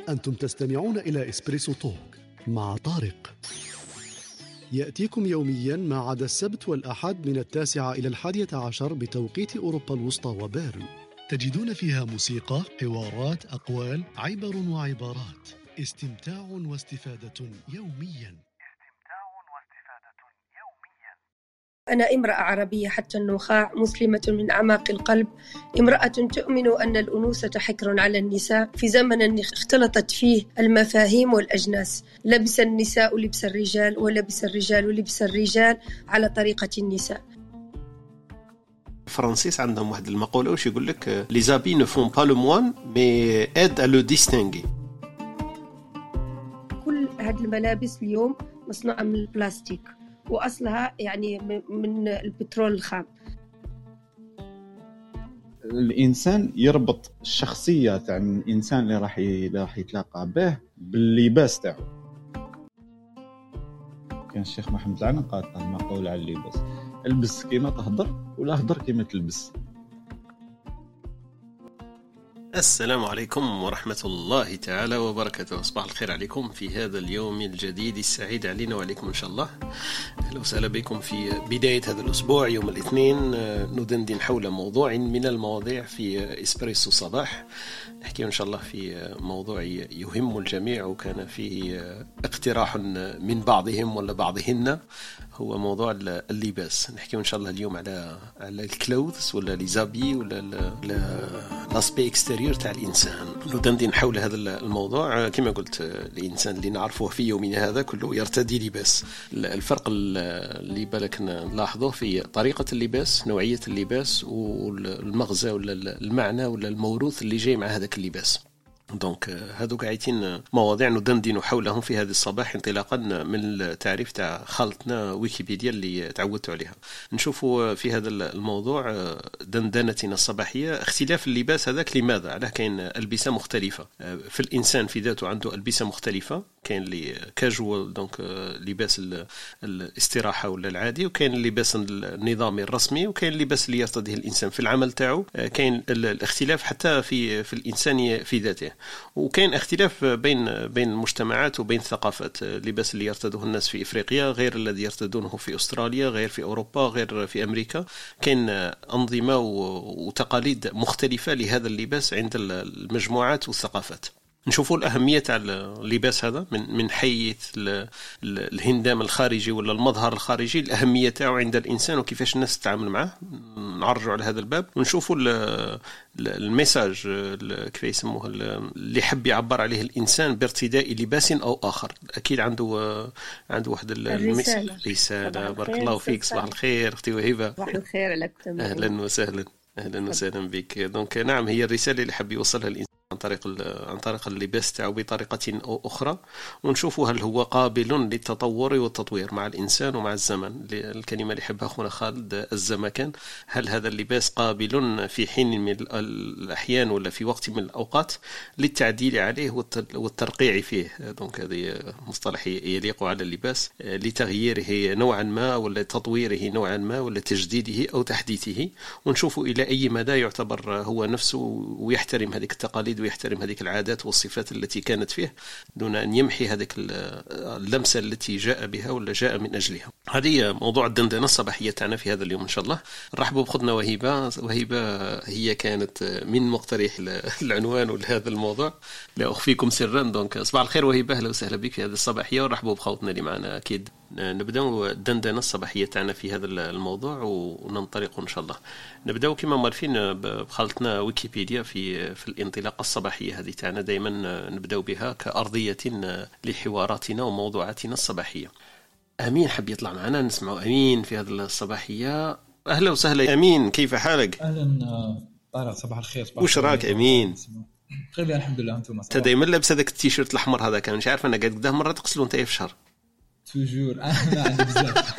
أنتم تستمعون إلى إسبريسو توك مع طارق. يأتيكم يوميا ما عدا السبت والأحد من 9 إلى 11 بتوقيت أوروبا الوسطى وبيرن. تجدون فيها موسيقى، حوارات، أقوال، عبر وعبارات. استمتاع واستفادة يوميا. أنا امرأة عربية حتى النخاع، مسلمة من أعماق القلب، امرأة تؤمن أن الأنوثة حكر على النساء في زمن اختلطت فيه المفاهيم والأجناس. لبس النساء لبس الرجال ولبس الرجال لبس الرجال على طريقة النساء. الفرنسيس عندهم واحد المقولة وش يقول لك les habits ne font pas le moine mais aident à le distinguer. كل هذه الملابس اليوم مصنوعة من البلاستيك وأصلها يعني من البترول الخام. الإنسان يربط الشخصية تاع الإنسان اللي راح يتلاقى به باللباس تاعه. كان الشيخ محمد العنان قال مقول على اللباس: البس كيما تهضر ولا هضر كيما تلبس. السلام عليكم ورحمة الله تعالى وبركاته. صباح الخير عليكم في هذا اليوم الجديد السعيد علينا وعليكم إن شاء الله. أهلا وسهلا بكم في بداية هذا الأسبوع يوم الاثنين. ندندن حول موضوع من المواضيع في إسبريسو صباح. نحكي إن شاء الله في موضوع يهم الجميع وكان فيه اقتراح من بعضهم ولا بعضهن، هو موضوع اللباس. نحكي إن شاء الله اليوم على الكلوثس ولا ليزابي ولا لاسبي اكستيريور تاع الإنسان. ندندن حول هذا الموضوع. كما قلت الإنسان اللي نعرفه في يومنا هذا كله يرتدي لباس. الفرق اللي بالك نلاحظه في طريقة اللباس، نوعية اللباس والمغزى ولا المعنى ولا الموروث اللي جاي مع هذاك اللباس. دونك هذو قاعدين مواضيع ندندن حولهم في هذا الصباح انطلاقا من التعريف تاع خالتنا ويكيبيديا اللي تعودت عليها. نشوفوا في هذا الموضوع دندنتنا الصباحية اختلاف اللباس هذاك. لماذا؟ علاه كاين ألبسة مختلفة في الإنسان في ذاته، عنده ألبسة مختلفة. كاين اللي كاجوال دونك لباس الاستراحة ولا العادي، وكاين اللباس النظامي الرسمي، وكاين اللباس اللي يرتديه الإنسان في العمل تاعو. كاين الاختلاف حتى في الإنسان في ذاته، وكاين اختلاف بين المجتمعات وبين الثقافات. اللباس اللي يرتدوه الناس في إفريقيا غير الذي يرتدونه في أستراليا، غير في أوروبا، غير في أمريكا. كاين أنظمة وتقاليد مختلفة لهذا اللباس عند المجموعات والثقافات. نشوفوا الأهمية تاع اللباس هذا من حيث الهندام الخارجي ولا المظهر الخارجي، الأهمية تاعه عند الإنسان وكيفاش الناس تتعامل معه. نعرجوا على هذا الباب ونشوفوا الميساج كيف يسموه اللي حب يعبر عليه الإنسان بارتداء لباس أو آخر. أكيد عنده واحد رسالة. بارك الله فيك. صباح الخير أختي وهبة. صباح الخير لك. أهلا وسهلا بك. دونك نعم، هي الرسالة اللي حب يوصلها الإنسان عن طريق اللباس تاعو بطريقة أو أخرى. ونشوفوا هل هو قابل للتطور والتطوير مع الإنسان ومع الزمن. الكلمة اللي حبها أخونا خالد الزمكان، هل هذا اللباس قابل في حين من الأحيان ولا في وقت من الأوقات للتعديل عليه والترقيع فيه. دونك هذه مصطلح يليق على اللباس لتغييره نوعا ما ولا تطويره نوعا ما ولا تجديده أو تحديثه. ونشوفوا إلى أي مدى يعتبر هو نفسه ويحترم هذه التقاليد ويحترم هذه العادات والصفات التي كانت فيه دون أن يمحي هذه اللمسة التي جاء بها ولا جاء من أجلها. هذه موضوع الدندنة الصباحية تاعنا في هذا اليوم إن شاء الله. نرحبوا بخدنا وهبة هي كانت من مقترح العنوان لهذا الموضوع، لا أخفيكم سرا. دونك صباح الخير وهبة، أهلا وسهلا بك في هذه الصباحية. ورحبوا بخوتنا اللي معنا. أكيد نبدأ الدندنة الصباحية تاعنا في هذا الموضوع وننطلق إن شاء الله. نبدأ كما معرفين بخالتنا ويكيبيديا في الانطلاقة الصباحية هذه تاعنا. دائما نبدأ بها كأرضية لحواراتنا وموضوعاتنا الصباحية. أمين حب يطلع معنا، نسمعوا أمين في هذه الصباحية. أهلا وسهلا أمين، كيف حالك؟ أهلا طارق، صباح الخير. وش راك أمين؟ بخير الحمد لله. أنتم أنت دائما لابس هذاك التيشيرت الأحمر هذا، كان مش عارف أنا قاعد قدام مرة تغسلوا أنت في شهر توجور. أنا عندي بزاف.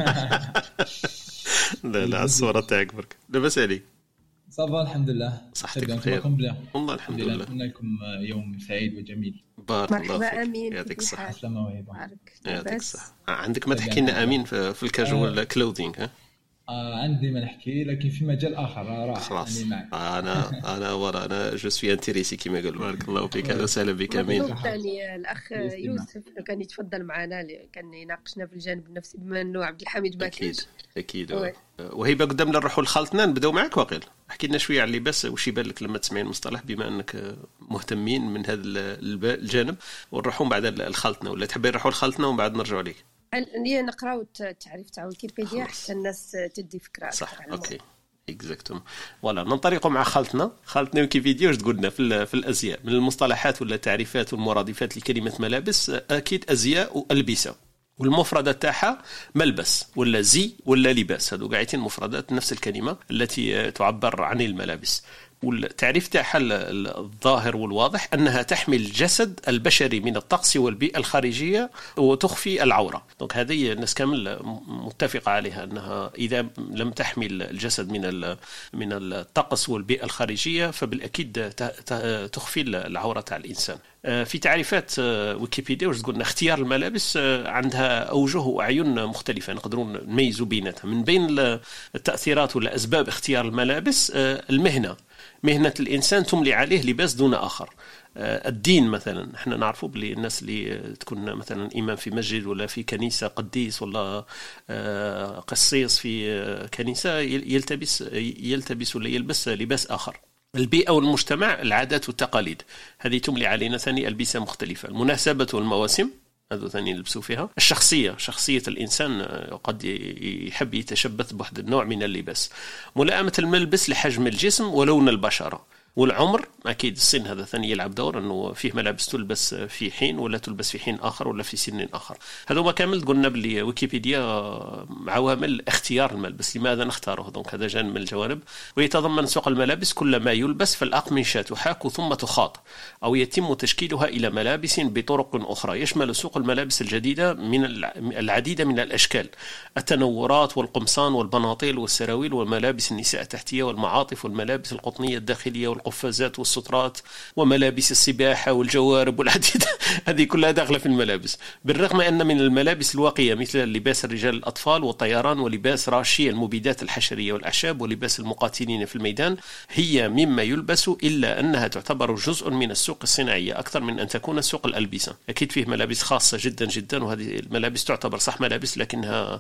لا الصورة تاعك برك. لاباس عليك؟ صباح الحمد لله. صحتك بخير؟ والله الحمد لله. أتمنى لكم يوم سعيد وجميل. بارك الله فيك. مرحبا أمين، يعطيك الصحة. يعطيك الصحة. عندك ما تحكي لنا أمين في الكاجوال كلوذينغ؟ ها عندي ما نحكي، لكن في مجال آخر راح خلاص. يعني معك. أنا جو سوي انتريسي كما قال. بارك الله فيك. أهلا وسهلا بك. أمين. مطلوب ثاني الأخ يوسف كان يتفضل معنا، كان يناقشنا في الجانب النفسي بما أنه عبد الحميد باكر. أكيد. وهيبة قدامنا نروحوا لخالتنا، نبداو معك واقيل. احكي لنا شويه على اللباس، وش يبان لك لما تسمعين المصطلح بما انك مهتمين من هذا الجانب، ونروحوا بعد لخالتنا، ولا تحبين نروحوا لخالتنا ومن بعد نرجعوا لك؟ نقراو التعريف تاع ويكيبيديا حتى الناس تدي فكره صح. أكثر. اوكي اكزاكتوم. ولا ننطلق مع خالتنا ويكيبيديا. واش تقولنا في الازياء من المصطلحات ولا التعريفات والمرادفات لكلمه ملابس؟ اكيد ازياء والبسه، والمفردات تاعها ملبس ولا زي ولا لباس. هذو قاعدين مفردات نفس الكلمه التي تعبر عن الملابس. والتعريف تاعها الظاهر والواضح أنها تحمي الجسد البشري من الطقس والبيئة الخارجية وتخفي العورة. دونك هذه الناس كامل متفقة عليها، أنها إذا لم تحمي الجسد من الطقس والبيئة الخارجية فبالأكيد تخفي العورة تاع الإنسان. في تعريفات ويكيبيديا واش تقولنا؟ اختيار الملابس عندها أوجه وأعين مختلفة نقدرون نميزوا بيناتها. من بين التأثيرات ولا أسباب اختيار الملابس المهنة الإنسان تملي عليه لباس دون آخر. الدين مثلا، احنا نعرفوا بلي الناس اللي تكون مثلا إمام في مسجد ولا في كنيسة، قديس ولا قسيس في كنيسة، يلتبس ولا يلبس لباس آخر. البيئة والمجتمع، العادات والتقاليد، هذه تملي علينا ثاني ألبسة مختلفة. المناسبة والمواسم، هذا ثاني نلبسوا فيها. شخصية الإنسان قد يحب يتشبث بواحد النوع من اللباس. ملائمة الملبس لحجم الجسم ولون البشرة. والعمر أكيد السن هذا ثاني يلعب دور، أنه فيه ملابس تلبس في حين ولا تلبس في حين آخر ولا في سن آخر. هذا ما كامل قلنا بلي ويكيبيديا عوامل اختيار الملبس، لماذا نختاره. دونك هذا جانب من الجوانب. ويتضمن سوق الملابس كل ما يلبس، فالأقمشة تحاك ثم تخاط أو يتم تشكيلها إلى ملابس بطرق أخرى. يشمل سوق الملابس الجديدة من العديد من الأشكال، التنورات والقمصان والبناطيل والسراويل وملابس النساء التحتية والمعاطف والملابس القطنية الداخلية والقفازات والسترات وملابس السباحة والجوارب والعديد. هذه كلها داخلة في الملابس. بالرغم أن من الملابس الواقية مثل لباس الرجال الأطفال والطيران ولباس راشي المبيدات الحشرية والأعشاب ولباس المقاتلين في الميدان، هي مما يلبس، إلا أنها تعتبر جزء من السوق الصناعية أكثر من أن تكون سوق الألبسة. أكيد فيه ملابس خاصة جدا جدا، وهذه الملابس تعتبر صح ملابس لكنها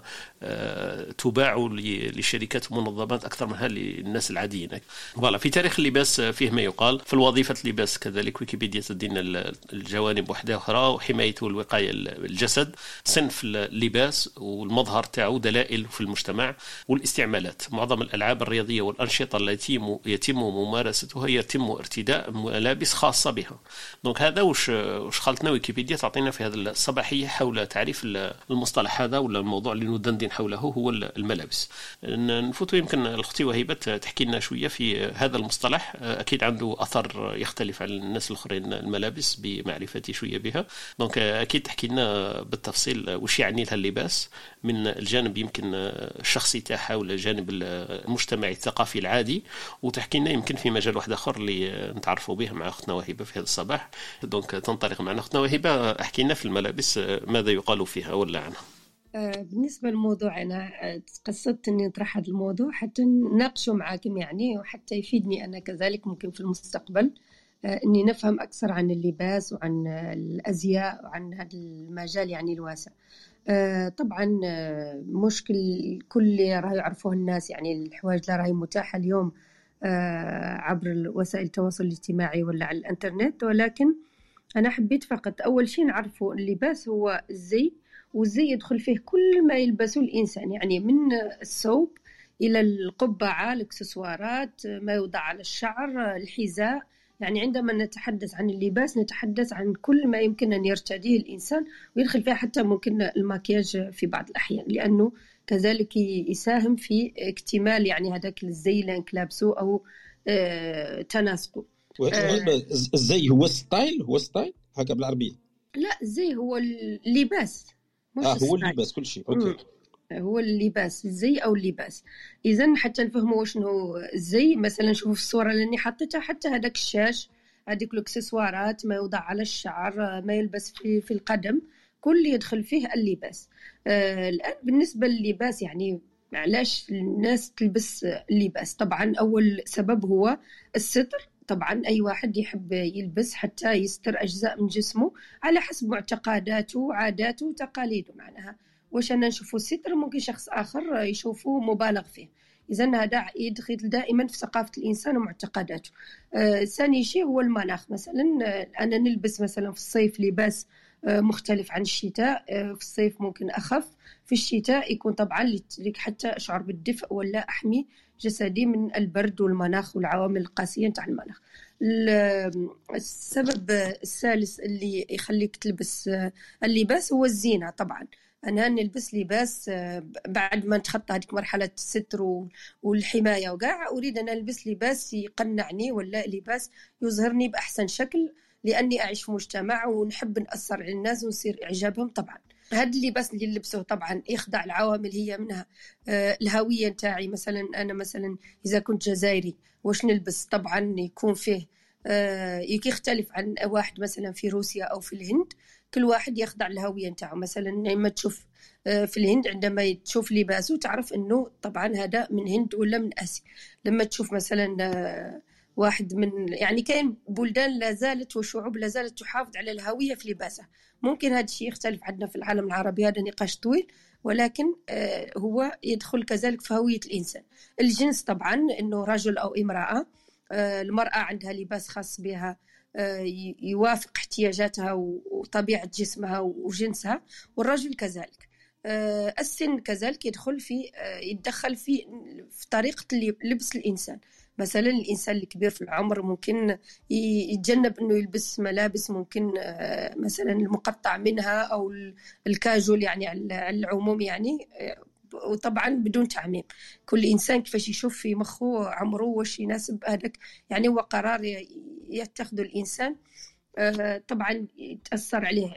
تباع لشركات ومنظمات أكثر منها للناس العاديين. في تاريخ اللباس فيه ما يقال. في الوظيفة اللباس كذلك ويكيبيديا تدينا الجوانب وحدة أخرى، وحمايته والوقاية الجسد، صنف اللباس والمظهر تاعو، دلائل في المجتمع والاستعمالات. معظم الألعاب الرياضية والأنشطة التي يتم ممارستها يتم ارتداء ملابس خاصة بها. دونك هذا وش خلطنا ويكيبيديا تعطينا في هذا الصباحية حول تعريف المصطلح هذا ولا الموضوع اللي ندندن حوله هو الملابس. نفوت يمكن الأختي وهيبة تحكي لنا شوية في هذا المصطلح، أكيد عنده أثر يختلف عن الناس الآخرين الملابس بمعرفتي شوية بها. دونك أكيد تحكي لنا بالتفصيل وش يعني لها اللباس من الجانب يمكن الشخصي تاعها ولا الجانب المجتمعي الثقافي العادي، وتحكي لنا يمكن في مجال واحد آخر اللي نتعرفوا به مع أختنا وهيبة في هذا الصباح. دونك تنطلق معنا أختنا وهيبة، احكي لنا في الملابس ماذا يقال فيها ولا عنها. بالنسبة للموضوع أنا قصدت أني أطرح هذا الموضوع حتى نناقشه معاكم يعني، وحتى يفيدني أنا كذلك ممكن في المستقبل أني نفهم أكثر عن اللباس وعن الأزياء وعن هذا المجال يعني الواسع. طبعا مشكل كل راح يعرفوه الناس، يعني الحوايج اللي راهي متاحة اليوم عبر وسائل التواصل الاجتماعي ولا على الانترنت، ولكن أنا حبيت فقط أول شيء نعرفوا اللباس هو الزي، والزي يدخل فيه كل ما يلبسه الإنسان، يعني من الثوب إلى القبعة، الإكسسوارات، ما يوضع على الشعر، الحذاء. يعني عندما نتحدث عن اللباس نتحدث عن كل ما يمكن أن يرتديه الإنسان، ويدخل فيها حتى ممكن المكياج في بعض الأحيان، لأنه كذلك يساهم في اكتمال يعني هذاك الزي اللي لابسه أو تناسقه. الزي هو ستايل هكا بالعربية؟ لا، الزي هو اللباس مش هو اللباس كل شيء. أوكي. هو اللباس الزي أو اللباس. إذن حتى نفهموا شنو الزي، مثلا شوفوا في الصورة اللي حطيتها، حتى هذاك الشاش، هذيك الإكسسوارات، ما يوضع على الشعر، ما يلبس في القدم، كل يدخل فيه اللباس. الآن بالنسبة لللباس يعني علاش الناس تلبس اللباس؟ طبعا أول سبب هو الستر. طبعا أي واحد يحب يلبس حتى يستر أجزاء من جسمه على حسب معتقداته وعاداته وتقاليده. معناها واش أنا نشوفه الستر ممكن شخص آخر يشوفه مبالغ فيه. إذن هذا يدخل دائما في ثقافة الإنسان ومعتقداته. ثاني شيء هو المناخ. مثلا أنا نلبس مثلا في الصيف لباس مختلف عن الشتاء. في الصيف ممكن أخف، في الشتاء يكون طبعا حتى أشعر بالدفء ولا أحمي جسدي من البرد والمناخ والعوامل القاسية تاع المناخ. السبب الثالث اللي يخليك تلبس اللباس هو الزينة. طبعا أنا نلبس لباس بعد ما نتخطى هذيك مرحلة الستر والحماية وقاع، أريد أن ألبس لباس يقنعني ولا لباس يظهرني بأحسن شكل، لأني أعيش في مجتمع ونحب نأثر على الناس ونصير إعجابهم. طبعا هذا اللباس اللي نلبسه طبعا يخضع العوامل هي منها الهوية نتاعي. مثلا أنا مثلا إذا كنت جزائري واش نلبس؟ طبعا يكون فيه يختلف عن واحد مثلا في روسيا أو في الهند. كل واحد يخضع الهوية نتاعه. مثلا لما تشوف في الهند عندما تشوف لباسه تعرف أنه طبعا هذا من هند ولا من آسيا. لما تشوف مثلا واحد من يعني كاين بلدان لا زالت وشعوب لا زالت تحافظ على الهوية في لباسها. ممكن هذا الشيء يختلف عندنا في العالم العربي، هذا نقاش طويل، ولكن هو يدخل كذلك في هوية الإنسان. الجنس طبعا أنه رجل أو امرأة. المرأة عندها لباس خاص بها يوافق احتياجاتها وطبيعة جسمها وجنسها، والرجل كذلك. السن كذلك يتدخل في طريقة لبس الإنسان. مثلا الإنسان الكبير في العمر ممكن يتجنب أنه يلبس ملابس ممكن مثلا المقطع منها أو الكاجول يعني على العموم يعني، وطبعا بدون تعميم. كل إنسان كيفاش يشوف في مخه عمره واش يناسب هذاك، يعني هو قرار يتخذه الإنسان. طبعا يتأثر عليه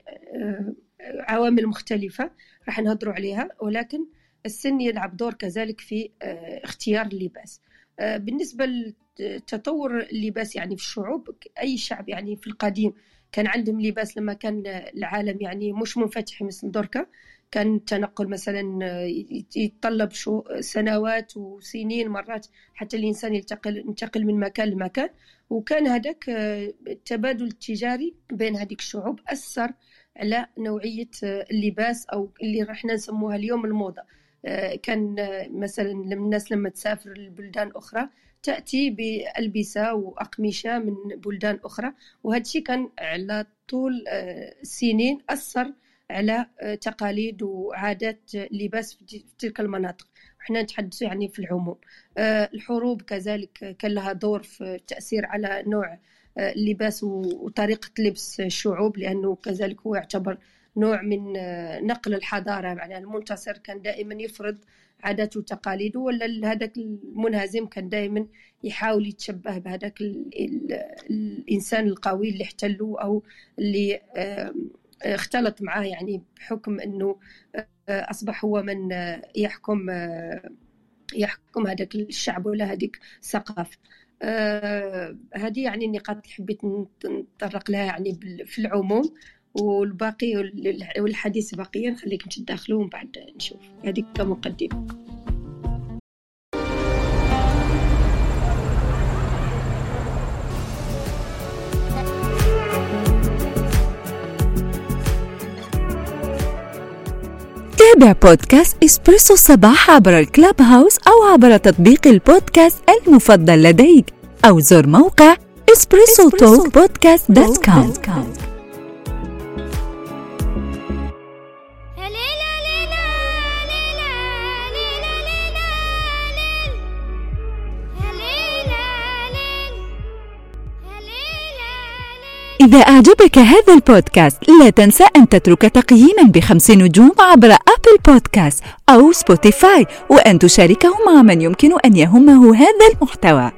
عوامل مختلفة راح نهضروا عليها، ولكن السن يلعب دور كذلك في اختيار اللباس. بالنسبة لتطور اللباس يعني في الشعوب، أي شعب يعني في القديم كان عندهم لباس لما كان العالم يعني مش منفتح مثل دركا. كان التنقل مثلا يتطلب سنوات وسنين مرات حتى الإنسان ينتقل من مكان لمكان، وكان هذاك التبادل التجاري بين هذه الشعوب أثر على نوعية اللباس أو اللي راح نسموها اليوم الموضة. كان مثلا الناس لما تسافر لبلدان أخرى تأتي بألبسة وأقمشة من بلدان أخرى، وهذا الشيء كان على طول السنين أثر على تقاليد وعادات لباس في تلك المناطق. وإحنا نتحدث يعني في العموم. الحروب كذلك كان لها دور في التأثير على نوع اللباس وطريقة لبس الشعوب، لأنه كذلك هو يعتبر نوع من نقل الحضارة. يعني المنتصر كان دائما يفرض عاداته وتقاليده، ولا هذاك المنهزم كان دائما يحاول يتشبه بهذاك الإنسان القوي اللي احتله أو اللي اختلط معه، يعني بحكم أنه أصبح هو من يحكم هذاك الشعب ولا هذيك الثقافة. هذه يعني النقاط اللي حبيت نتطرق لها يعني في العموم، والباقي والحديث بقية نخليكم تدخلوا ومن بعد نشوف. هذه كمقدمة. تابع بودكاست إسبريسو الصباح عبر الكلاب هاوس أو عبر تطبيق البودكاست المفضل لديك، أو زر موقع espressotalkpodcast.com. إذا أعجبك هذا البودكاست لا تنسى أن تترك تقييما ب5 نجوم عبر أبل بودكاست أو سبوتيفاي، وأن تشاركه مع من يمكن أن يهمه هذا المحتوى.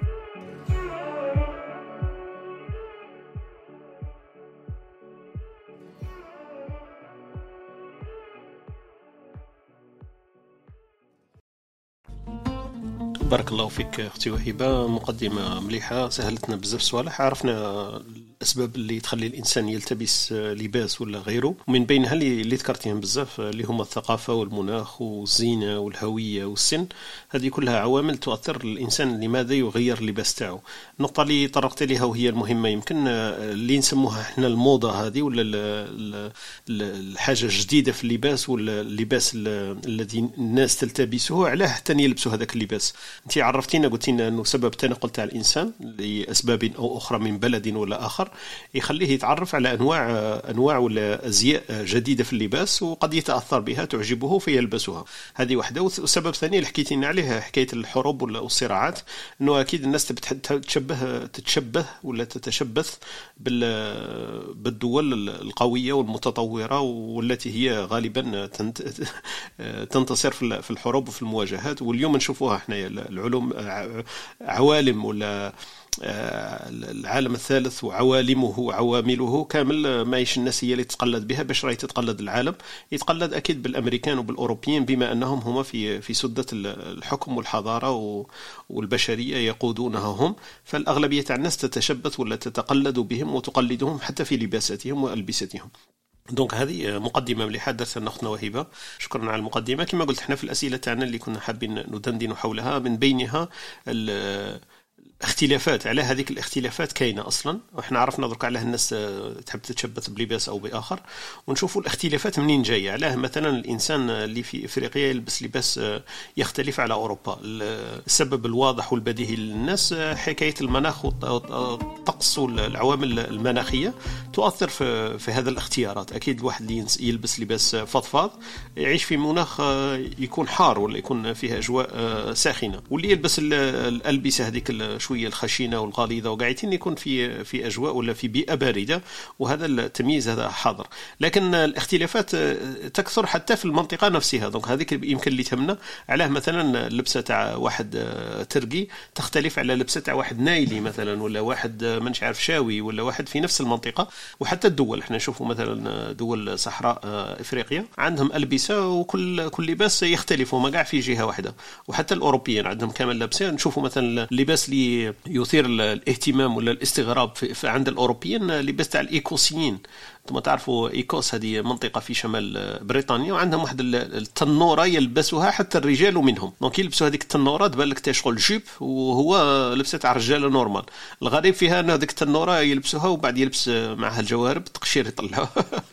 بارك الله فيك أختي وهبة، مقدمة مليحة، سهلتنا بزاف صوالح، عرفنا الأسباب اللي تخلي الإنسان يلتبس لباس ولا غيره، ومن بينها اللي ذكرتهم بزاف اللي هما الثقافة والمناخ والزينة والهوية والسن. هذه كلها عوامل تؤثر الإنسان لماذا يغير اللباس تاعو. النقطة اللي طرقت لها وهي المهمة يمكن اللي نسموها احنا الموضة هذه ولا الحاجة الجديدة في اللباس ولا اللباس الذي الناس تلتبسه، علاه حتى يلبسوا هذاك اللباس. انت عرفتينا قلتينا انه سبب تنقل تاع الانسان لاسباب او اخرى من بلد ولا اخر يخليه يتعرف على انواع ولا ازياء جديده في اللباس وقد يتاثر بها تعجبه فيلبسها. هذه واحده. والسبب الثاني اللي حكيتينا عليه حكايه الحروب ولا الصراعات، انه اكيد الناس تتشبه ولا تتشبث بالدول القويه والمتطوره والتي هي غالبا تنتصر في الحروب وفي المواجهات. واليوم نشوفوها احنا العلوم عوالم ولا العالم الثالث وعوالمه وعوامله كامل مايش الناس هي اللي تتقلد بها باش راهي تتقلد العالم. يتقلد اكيد بالامريكان وبالاوروبيين بما انهم هما في سدة الحكم والحضارة والبشرية يقودونها هم، فالاغلبية تاع الناس تتشبث ولا تتقلد بهم وتقلدهم حتى في لباساتهم والبستهم. دونك هذه مقدمة مليحة درسنا أختنا وهبة، شكرا على المقدمة. كما قلت احنا في الأسئلة تاعنا اللي كنا حابين ندندن حولها من بينها اختلافات. على هذيك الاختلافات كاينه اصلا، واحنا عرفنا درك على الناس تحب تتشبث بلباس او باخر، ونشوفوا الاختلافات منين جايه. علاه مثلا الانسان اللي في افريقيا يلبس لباس يختلف على اوروبا. السبب الواضح والبديهي للناس حكايه المناخ والطقس والعوامل المناخيه تؤثر في هذا الاختيارات. اكيد الواحد اللي يلبس لباس فضفاض يعيش في مناخ يكون حار ولا يكون فيه اجواء ساخنه، واللي يلبس الالبسه هذيك شويه الخشينه والغليظه وقاعدين يكون في اجواء ولا في بيئه بارده، وهذا التمييز هذا حاضر. لكن الاختلافات تكثر حتى في المنطقه نفسها. دونك هذيك يمكن اللي تهمنا علاه مثلا اللبسه تاع واحد تركي تختلف على لبسه تاع واحد نايلي مثلا، ولا واحد مانيش عارف شاوي، ولا واحد في نفس المنطقه. وحتى الدول احنا نشوفوا مثلا دول صحراء افريقيا عندهم البسه وكل لباس يختلف وما قاع في جهه واحده. وحتى الاوروبيين عندهم كمان لبسه. نشوفوا مثلا اللباس اللي يثير الاهتمام ولا الاستغراب في عند الأوروبيين لباس تاع الإيكوسيين. انتم تعرفوا إيكوس هذه منطقة في شمال بريطانيا، وعندهم واحد التنورة يلبسوها حتى الرجال منهم. دونك يلبسوا هذيك التنورة تبان لك تشغل جيب وهو لبسه تاع رجال نورمال. الغريب فيها أن هذيك التنورة يلبسوها وبعد يلبس معها الجوارب تقشير يطلعوا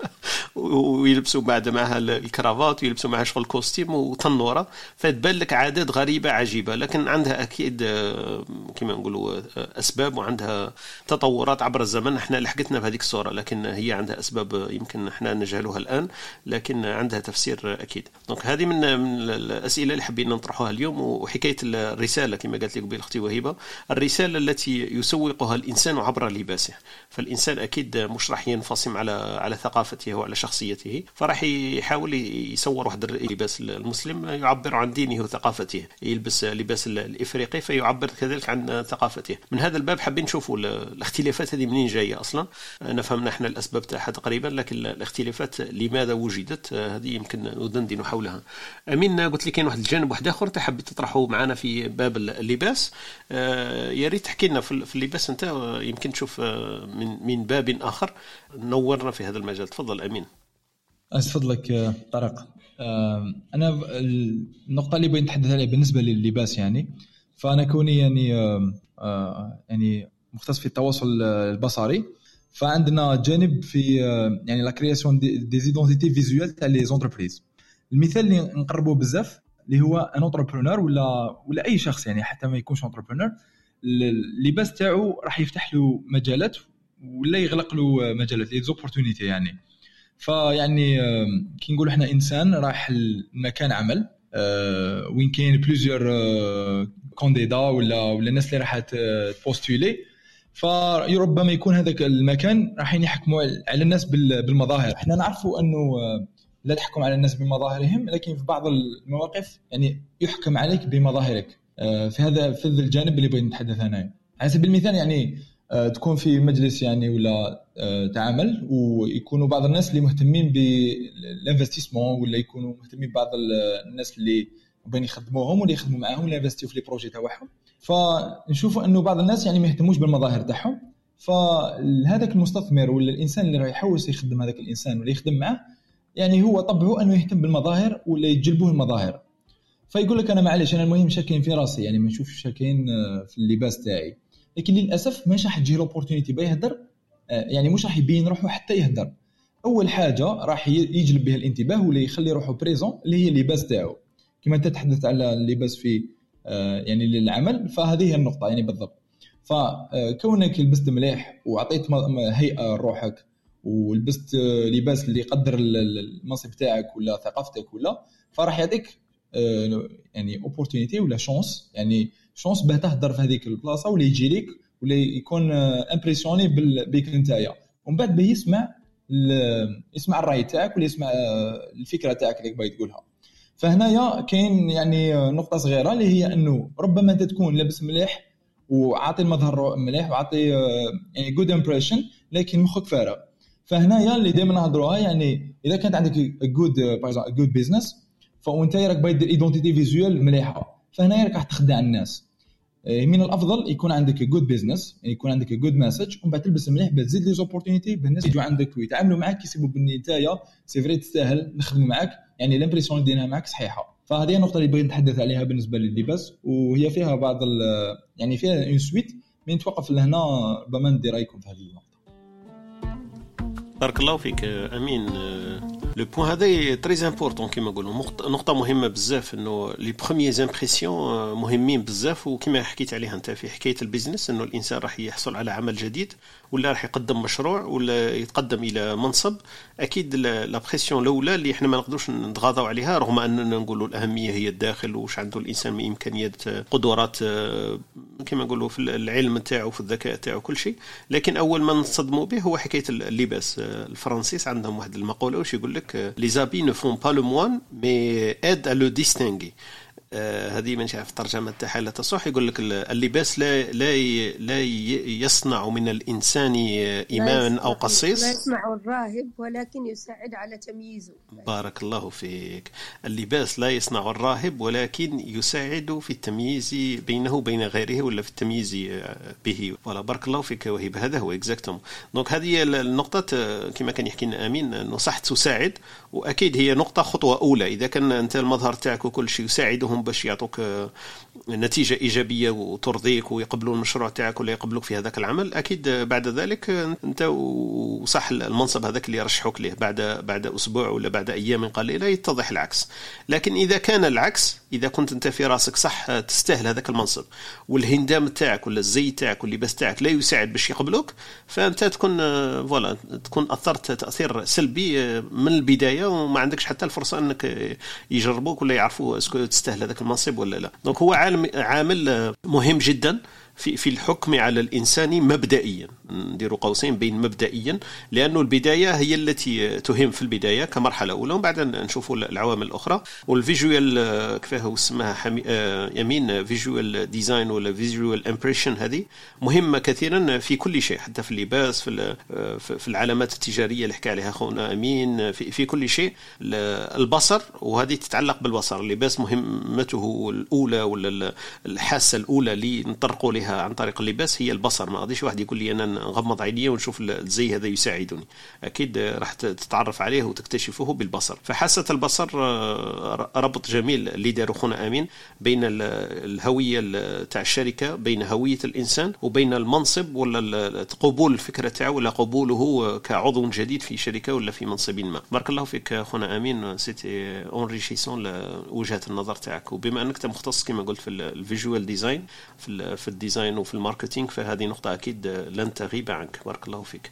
ويلبسوا بعد معها الكرافات ويلبسوا معها شغل كوستيم وتنورة، فتبان لك عادات غريبة عجيبة. لكن عندها أكيد كما نقولوا أسباب وعندها تطورات عبر الزمن احنا لحقتنا بهذيك الصورة، لكن هي عندها أسباب يمكن احنا نجهلها الآن لكن عندها تفسير أكيد. دونك هذه من الأسئلة اللي حابين نطرحها اليوم. وحكاية الرسالة كما قالت لك بالأختي وهبة، الرسالة التي يسوقها الإنسان عبر لباسه. فالإنسان أكيد مش راح ينفصم على ثقافته وعلى شخصيته، فراح يحاول يصور واحد اللباس المسلم يعبر عن دينه وثقافته، يلبس لباس الإفريقي فيعبر كذلك عن ثقافته. من هذا الباب حابين نشوفوا الاختلافات هذه منين جاية أصلا. نفهمنا احنا الأسباب تاعها تقريبا، لكن الاختلافات لماذا وجدت هذه يمكن ندندن حولها. أمين قلت لي كاين واحد الجانب واحد آخر تحب تطرحه معنا في باب اللباس. يا ريت تحكي لنا في اللباس أنت يمكن تشوف من باب آخر، نورنا في هذا المجال. تفضل أمين. أستفضلك طارق. أنا النقطة اللي بغيت نتحدث عليها بالنسبة لللباس فأنا كوني يعني مختص في التواصل البصري، فعندنا جانب في لا كرياسيون دي زيدونتيتي فيزوال تاع لي زونتربريز. المثال اللي نقربوه بزاف اللي هو ان انتربرونور ولا اي شخص حتى ما يكونش انتربرونور، اللباس تاعو راح يفتح له مجالات ولا يغلق له مجالات لي زوبورتونيتي كي نقول احنا انسان راح المكان عمل وين كاين بليزيور كانديدا ولا الناس اللي راح تبوستولي، فربما يكون هذاك المكان راح يحكموا على الناس بالمظاهر. احنا نعرفوا انه لا تحكم على الناس بمظاهرهم، لكن في بعض المواقف يحكم عليك بمظاهرك. في هذا الجانب اللي بغيت نتحدث انا. على سبيل المثال تكون في مجلس ولا تعامل ويكونوا بعض الناس اللي مهتمين بالانفستيسمون ولا يكونوا مهتمين بعض الناس اللي بين يخدموهم ولا يخدموا معاهم ولا ينفستيو في لي بروجي تاعهم، فنشوفوا انه بعض الناس ما يهتموش بالمظاهر تاعهم، فهذاك المستثمر ولا الانسان اللي راح يحوس يخدم هذاك الانسان ولا يخدم معه، يعني هو طبعه انه يهتم بالمظاهر ولا يجلبوه المظاهر. فيقول لك انا معليش، انا المهم شاكين في راسي، يعني ما نشوفش شاكين في اللباس تاعي. لكن للاسف مش راح تجي لوبورتونيتي باه يهدر، يعني مش راح يبين روحه حتى يهدر. اول حاجه راح يجلب بها الانتباه ولا يخلي روحه بريزون اللي هي اللباس تاعو. كما انت تتحدث على اللباس في يعني للعمل، فهذه هي النقطه يعني بالضبط. فكونك لبست مليح وعطيت هيئه لروحك ولبست لباس اللي يقدر المنصب تاعك ولا ثقافتك ولا، فراح يعطيك يعني اوبورتونيتي ولا شانس، يعني شانس باه تهدر في هذيك البلاصه ولا يجي لك ولا يكون امبرسيوني بك نتايا، ومن بعد باه يسمع الراي تاعك ولا يسمع الفكره تاعك اللي باغي تقولها. فهنايا كاين يعني نقطه صغيره اللي هي انه ربما انت تكون لابس مليح وعاطي المظهر مليح وعاطي يعني جود امبريشن، لكن مخك فارغ. فهنايا اللي دائما نهضروها، يعني اذا كانت عندك جود بيزنس فانت راك باغي دير ايدونتيتي فيزوال مليحه، فهنايا راك راح تخدع الناس. من الافضل يكون عندك جود بيزنس، يكون عندك جود مسج، ومن بعد تلبس مليح بتزيد لي زوبورتونيتي بالناس يجوا عندك ويتعاملوا معك يسيبوا بني نتايا سي فري تستاهل نخدموا معك، يعني الامبريسيون اللي ديناها معك صحيحه. فهذه النقطه اللي بغيت نتحدث عليها بالنسبه لللباس، وهي فيها بعض يعني فيها اون سويت. من نتوقف لهنا ربما ندير رايكم في هذه النقطه. بارك الله فيك امين. لو بوين هذا تري امبورطون كيما نقولوا، نقطه مهمه بزاف، انه لي بروميير امبرسيون مهمين بزاف. وكما حكيت عليها انت في حكايه البيزنس، انه الانسان راح يحصل على عمل جديد ولا راح يقدم مشروع ولا يتقدم الى منصب، اكيد لا بريسيون الاولى اللي احنا ما نقدروش نتغاضوا عليها، رغم اننا نقولوا الاهميه هي الداخل واش عنده الانسان من امكانيات قدرات كما نقولوا في العلم تاعو في الذكاء تاعو كل شيء. لكن اول ما نصدموا به هو حكايه اللباس. الفرنسيس عندهم واحد المقوله واش يقول لك les habits ne font pas le moine mais aident à le distinguer. هذه ما نعرف الترجمه تاعها لا تصح. يقول لك اللباس لا يصنع من الانسان اماما او قصيص، لا يصنع الراهب ولكن يساعد على تمييزه. بارك الله فيك. اللباس لا يصنع الراهب ولكن يساعد في التمييز بينه وبين غيره ولا في التمييز به. ولا بارك الله فيك وهيب، هذا هو اكزاكتوم. دونك هذه النقطه كما كان يحكي لنا امين، انه صح تساعد، واكيد هي نقطه خطوه اولى. اذا كان انت المظهر تاعك وكل شيء يساعدهم باش يعطوك نتيجة إيجابية وترضيك ويقبلوا المشروع تاعك ولا يقبلوك في هذاك العمل، أكيد بعد ذلك أنت وصح المنصب هذاك اللي يرشحوك له بعد أسبوع ولا بعد أيام قليلة يتضح العكس. لكن إذا كان العكس، إذا كنت أنت في راسك صح تستاهل هذاك المنصب والهندام تاعك ولا الزي تاعك واللباس تاعك لا يساعد باش يقبلوك، فأنت تكون أثرت تأثير سلبي من البداية وما عندكش حتى الفرصة أنك يجربوك ولا يعرفوا اسكو تستاهل هذاك المنصب ولا لا. دونك هو عامل مهم جدا في الحكم على الإنسان مبدئيا، نديروا قوسين بين مبدئيا، لأنه البداية هي التي تهم في البداية كمرحلة أولى، وبعد نشوفوا العوامل الأخرى. والفيجوال كيفاه اسمها يمين فيجوال ديزاين ولا فيجوال امبريشن، هذه مهمة كثيرا في كل شيء، حتى في اللباس، في العلامات التجارية اللي حكى عليها أخونا أمين، في كل شيء. البصر، وهذه تتعلق بالبصر. اللباس مهمته الأولى ولا الحاسة الأولى اللي نطرقوا لها عن طريق اللباس هي البصر. ما غاديش واحد يقول لي أنا نغمض عيني ونشوف الزي هذا يساعدني، أكيد راح تتعرف عليه وتكتشفه بالبصر. فحاسة البصر ربط جميل اللي داروا خونا أمين بين الهوية تاع الشركة، بين هوية الإنسان وبين المنصب ولا قبول الفكرة تاعه ولا قبوله كعضو جديد في شركة ولا في منصب ما. بارك الله فيك خونا أمين، سيتي اونريشيسون لوجهة النظر تاعك. وبما أنك مختص كما قلت في الفيجوال ديزاين، في الديزاين وفي الماركتينج، فهذه نقطة أكيد لن تغيب عنك. بارك الله فيك.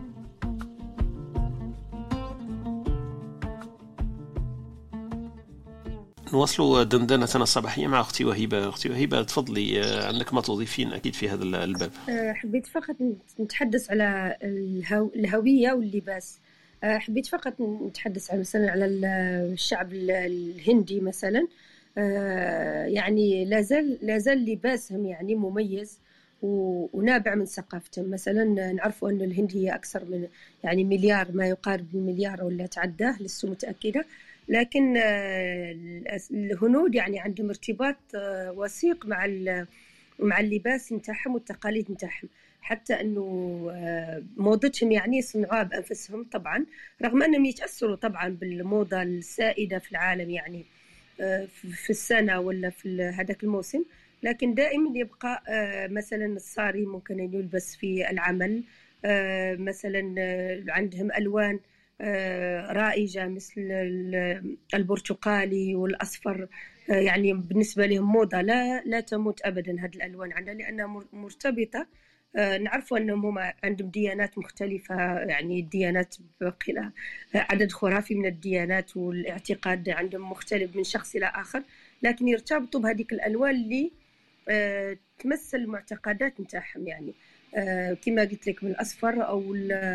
نواصلوا دندنتنا الصباحية مع أختي وهيبة. أختي وهيبة تفضلي، عندك ما تضيفين أكيد في هذا الباب. حبيت فقط نتحدث على الهوية واللباس. حبيت فقط نتحدث مثلا على الشعب الهندي مثلا. يعني لازال لباسهم يعني مميز ونابع من ثقافتهم. مثلا نعرف أن الهند هي أكثر من يعني مليار، ما يقارب المليار ولا تعداه، لست متأكدة. لكن الهنود يعني عندهم ارتباط وثيق ومع اللباس نتاعهم والتقاليد نتاعهم، حتى أنه موضتهم يعني يصنعوها بأنفسهم طبعا، رغم أنهم يتأثروا طبعا بالموضة السائدة في العالم يعني في السنة ولا في هذاك الموسم، لكن دائما يبقى مثلا الصاري ممكن أن يلبس في العمل، مثلا عندهم ألوان رائجة مثل البرتقالي والأصفر، يعني بالنسبة لهم موضة لا تموت أبدا هذه الألوان عندها، لأنها مرتبطة. نعرف أنهم هم عندهم ديانات مختلفة، يعني الديانات بقي عدد خرافي من الديانات، والاعتقاد عندهم مختلف من شخص إلى آخر، لكن يرتبطوا بهذه الألوان اللي تمثل المعتقدات نتاعهم، يعني كما قلت لك من الأصفر أو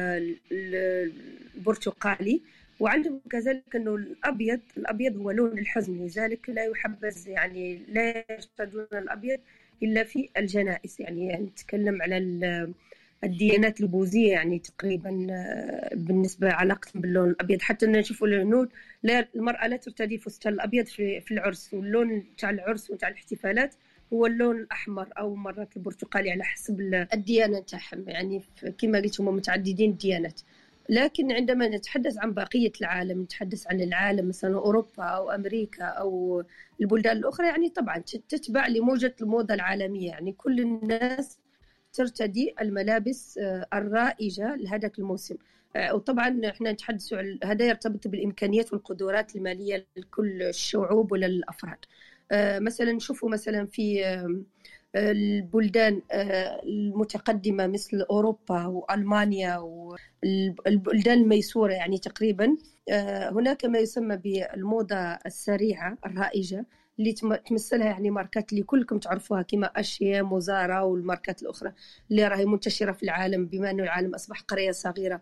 البرتقالي. وعندهم كذلك أنه الأبيض هو لون الحزن، لذلك لا يحبذ، يعني لا يرتدون الأبيض إلا في الجنائز، يعني نتكلم على الديانات البوذية يعني تقريبا بالنسبة علاقتهم باللون الأبيض. حتى نشوفوا الهنود المرأة لا ترتدي فستان الأبيض في العرس، واللون تاع العرس وتاع الاحتفالات هو اللون الأحمر أو مرات البرتقالي على حسب الديانة تاعهم، يعني كما قلت هم متعددين الديانات. لكن عندما نتحدث عن بقية العالم، نتحدث عن العالم مثلا أوروبا أو أمريكا أو البلدان الأخرى، يعني طبعا تتبع لموجة الموضة العالمية، يعني كل الناس ترتدي الملابس الرائجة لهذاك الموسم. وطبعا احنا نتحدث هذا يرتبط بالإمكانيات والقدرات المالية لكل الشعوب ولا الأفراد. مثلا نشوفوا مثلا في البلدان المتقدمة مثل أوروبا وألمانيا والبلدان الميسورة، يعني تقريبا هناك ما يسمى بالموضة السريعة الرائجة اللي تمثلها يعني ماركات اللي كلكم تعرفوها كما أشياء وزارة والماركات الأخرى اللي راهي منتشرة في العالم، بما أنه العالم أصبح قرية صغيرة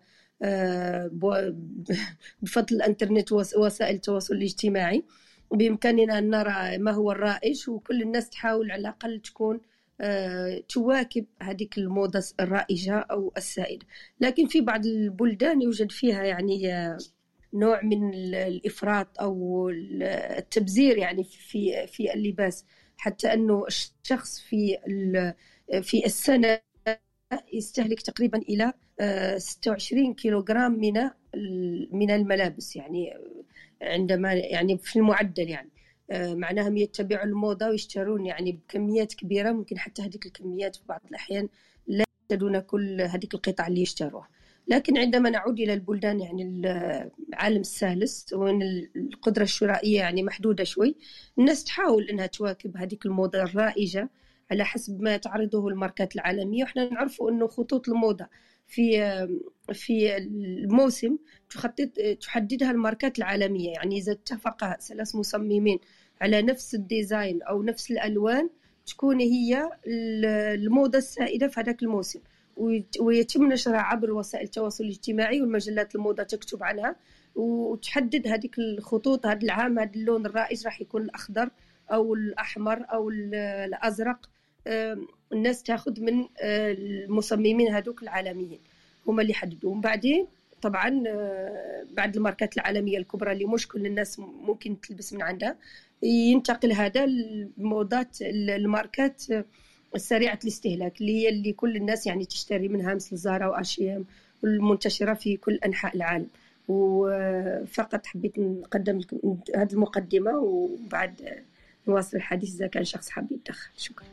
بفضل الإنترنت ووسائل التواصل الاجتماعي، وبإمكاننا أن نرى ما هو الرائج، وكل الناس تحاول على الأقل تكون تواكب هذه الموضة الرائجة أو السائدة. لكن في بعض البلدان يوجد فيها يعني نوع من الإفراط أو التبذير يعني في اللباس، حتى أنه الشخص في السنة يستهلك تقريبا إلى 26 كيلوغرام من الملابس، يعني عندما يعني في المعدل، يعني معناهم يتبعوا الموضة ويشترون يعني بكميات كبيرة، ممكن حتى هذه الكميات في بعض الأحيان لا يشترون كل هذه القطع اللي يشتروها. لكن عندما نعود إلى البلدان يعني العالم الثالث وين القدرة الشرائية يعني محدودة شوي، الناس تحاول أنها تواكب هذه الموضة الرائجة على حسب ما تعرضه الماركات العالمية. وإحنا نعرفوا أنه خطوط الموضة في الموسم تحددها الماركات العالمية، يعني إذا اتفق 3 مصممين على نفس الديزاين أو نفس الألوان تكون هي الموضة السائدة في هذاك الموسم، ويتم نشرها عبر وسائل التواصل الاجتماعي والمجلات الموضة تكتب عنها وتحدد هذه الخطوط. هذا العام هذا اللون الرائج راح يكون الأخضر أو الأحمر أو الأزرق، الناس تأخذ من المصممين هذوك العالميين هم اللي حددوهم. بعدين طبعا بعد الماركات العالمية الكبرى اللي مش كل الناس ممكن تلبس من عندها، ينتقل هذا الموضات الماركات سريعة الاستهلاك اللي كل الناس يعني تشتري منها، مثل زارا وأشياء المنتشرة في كل أنحاء العالم. وفقط حبيت نقدم هذه المقدمة، وبعد نواصل الحديث إذا كان شخص حاب يتدخل. شكرا.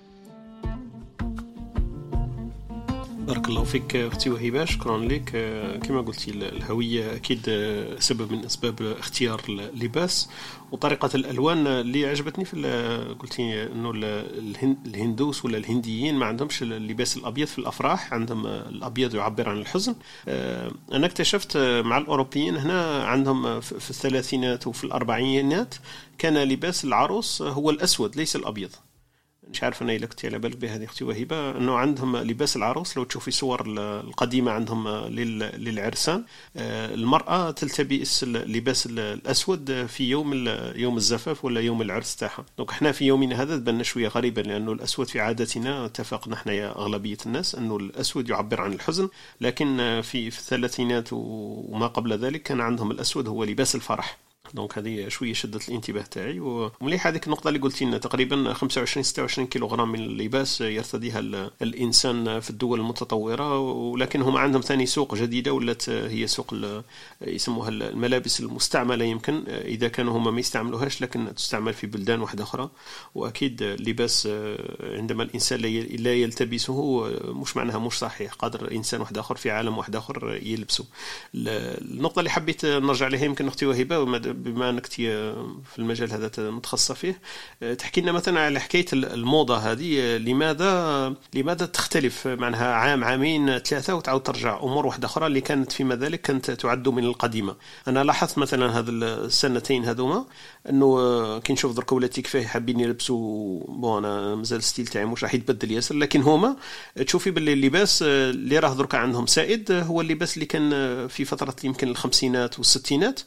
بارك الله فيك أختي وهبة، شكرا لك. كما قلتي الهوية أكيد سبب من أسباب اختيار اللباس، وطريقة الألوان اللي عجبتني قلتي أنه الهندوس ولا الهنديين ما عندهمش اللباس الأبيض في الأفراح، عندهم الأبيض يعبر عن الحزن. أنا اكتشفت مع الأوروبيين هنا عندهم في الثلاثينات وفي الأربعينات كان لباس العروس هو الأسود ليس الأبيض. مش عارف أنا إذا كنت على بالك بهذه أختي وهبة، أنه عندهم لباس العروس لو تشوفي صور القديمة عندهم للعرسان، المرأة تلتبس اللباس الأسود في يوم الزفاف ولا يوم العرس تاعها. دونك احنا في يومنا هذا تبان شوية غريبا، لأنه الأسود في عادتنا اتفقنا احنا يا أغلبية الناس أنه الأسود يعبر عن الحزن، لكن في الثلاثينات وما قبل ذلك كان عندهم الأسود هو لباس الفرح. دونك هذه شويه شدت الانتباه تاعي. ومليح هذيك النقطه اللي قلتي لنا تقريبا 25-26 كيلوغرام من اللباس يرتديها الانسان في الدول المتطوره، ولكن هم عندهم ثاني سوق جديده ولات هي سوق يسموها الملابس المستعمله، يمكن اذا كانوا هم ما يستعملوهاش لكن تستعمل في بلدان واحده اخرى. واكيد اللباس عندما الانسان لا يلتبسه مش معناها مش صحيح، قادر انسان واحد اخر في عالم واحد اخر يلبسه. النقطه اللي حبيت نرجع لها يمكن اختي وهبه بما انك في المجال هذا متخصصه فيه، تحكي لنا مثلا على حكايه الموضه هذه، لماذا تختلف معناها عام عامين ثلاثه وتعاود ترجع امور واحده اخرى اللي كانت فيما ذلك كانت تعد من القديمه. انا لاحظت مثلا هذا السنتين هذوما انه كي نشوف درك ولاتي كيفاه حابين يلبسوا، بون انا مازال الستيل تاعي مش راح يتبدل ياسر، لكن هما تشوفي باللي اللباس اللي راه درك عندهم سائد هو اللباس اللي كان في فتره يمكن الخمسينات والستينات.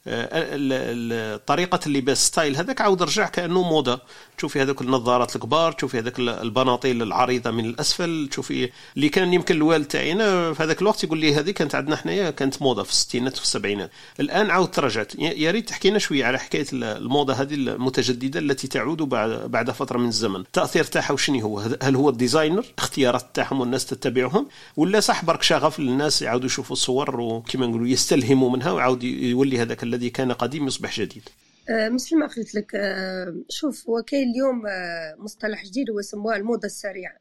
طريقة اللباس ستايل هذاك عاود رجع كأنه موضة. تشوفي هذوك النظارات الكبار، تشوفي هذاك البناطيل العريضة من الأسفل، تشوفي اللي كان يمكن الوالد تاعنا في هذاك الوقت يقول لي هذه كانت عندنا حنايا كانت موضة في الستينات وفي السبعينات. الآن عاود ترجعت. يا ريت تحكينا شوية على حكاية الموضة هذه المتجددة التي تعود بعد فترة من الزمن. تأثير تاعها وشني هو؟ هل هو الديزاينر اختيارات تاعهم والناس تتبعهم، ولا صح برك شغف للناس يعودوا يشوفوا الصور وكما نقولوا يستلهموا منها ويعود يولي هذاك الذي كان قديم يصبح جديد؟ مثل ما قلت لك، شوف هو كاين اليوم مصطلح جديد هو يسموه الموضة السريعة.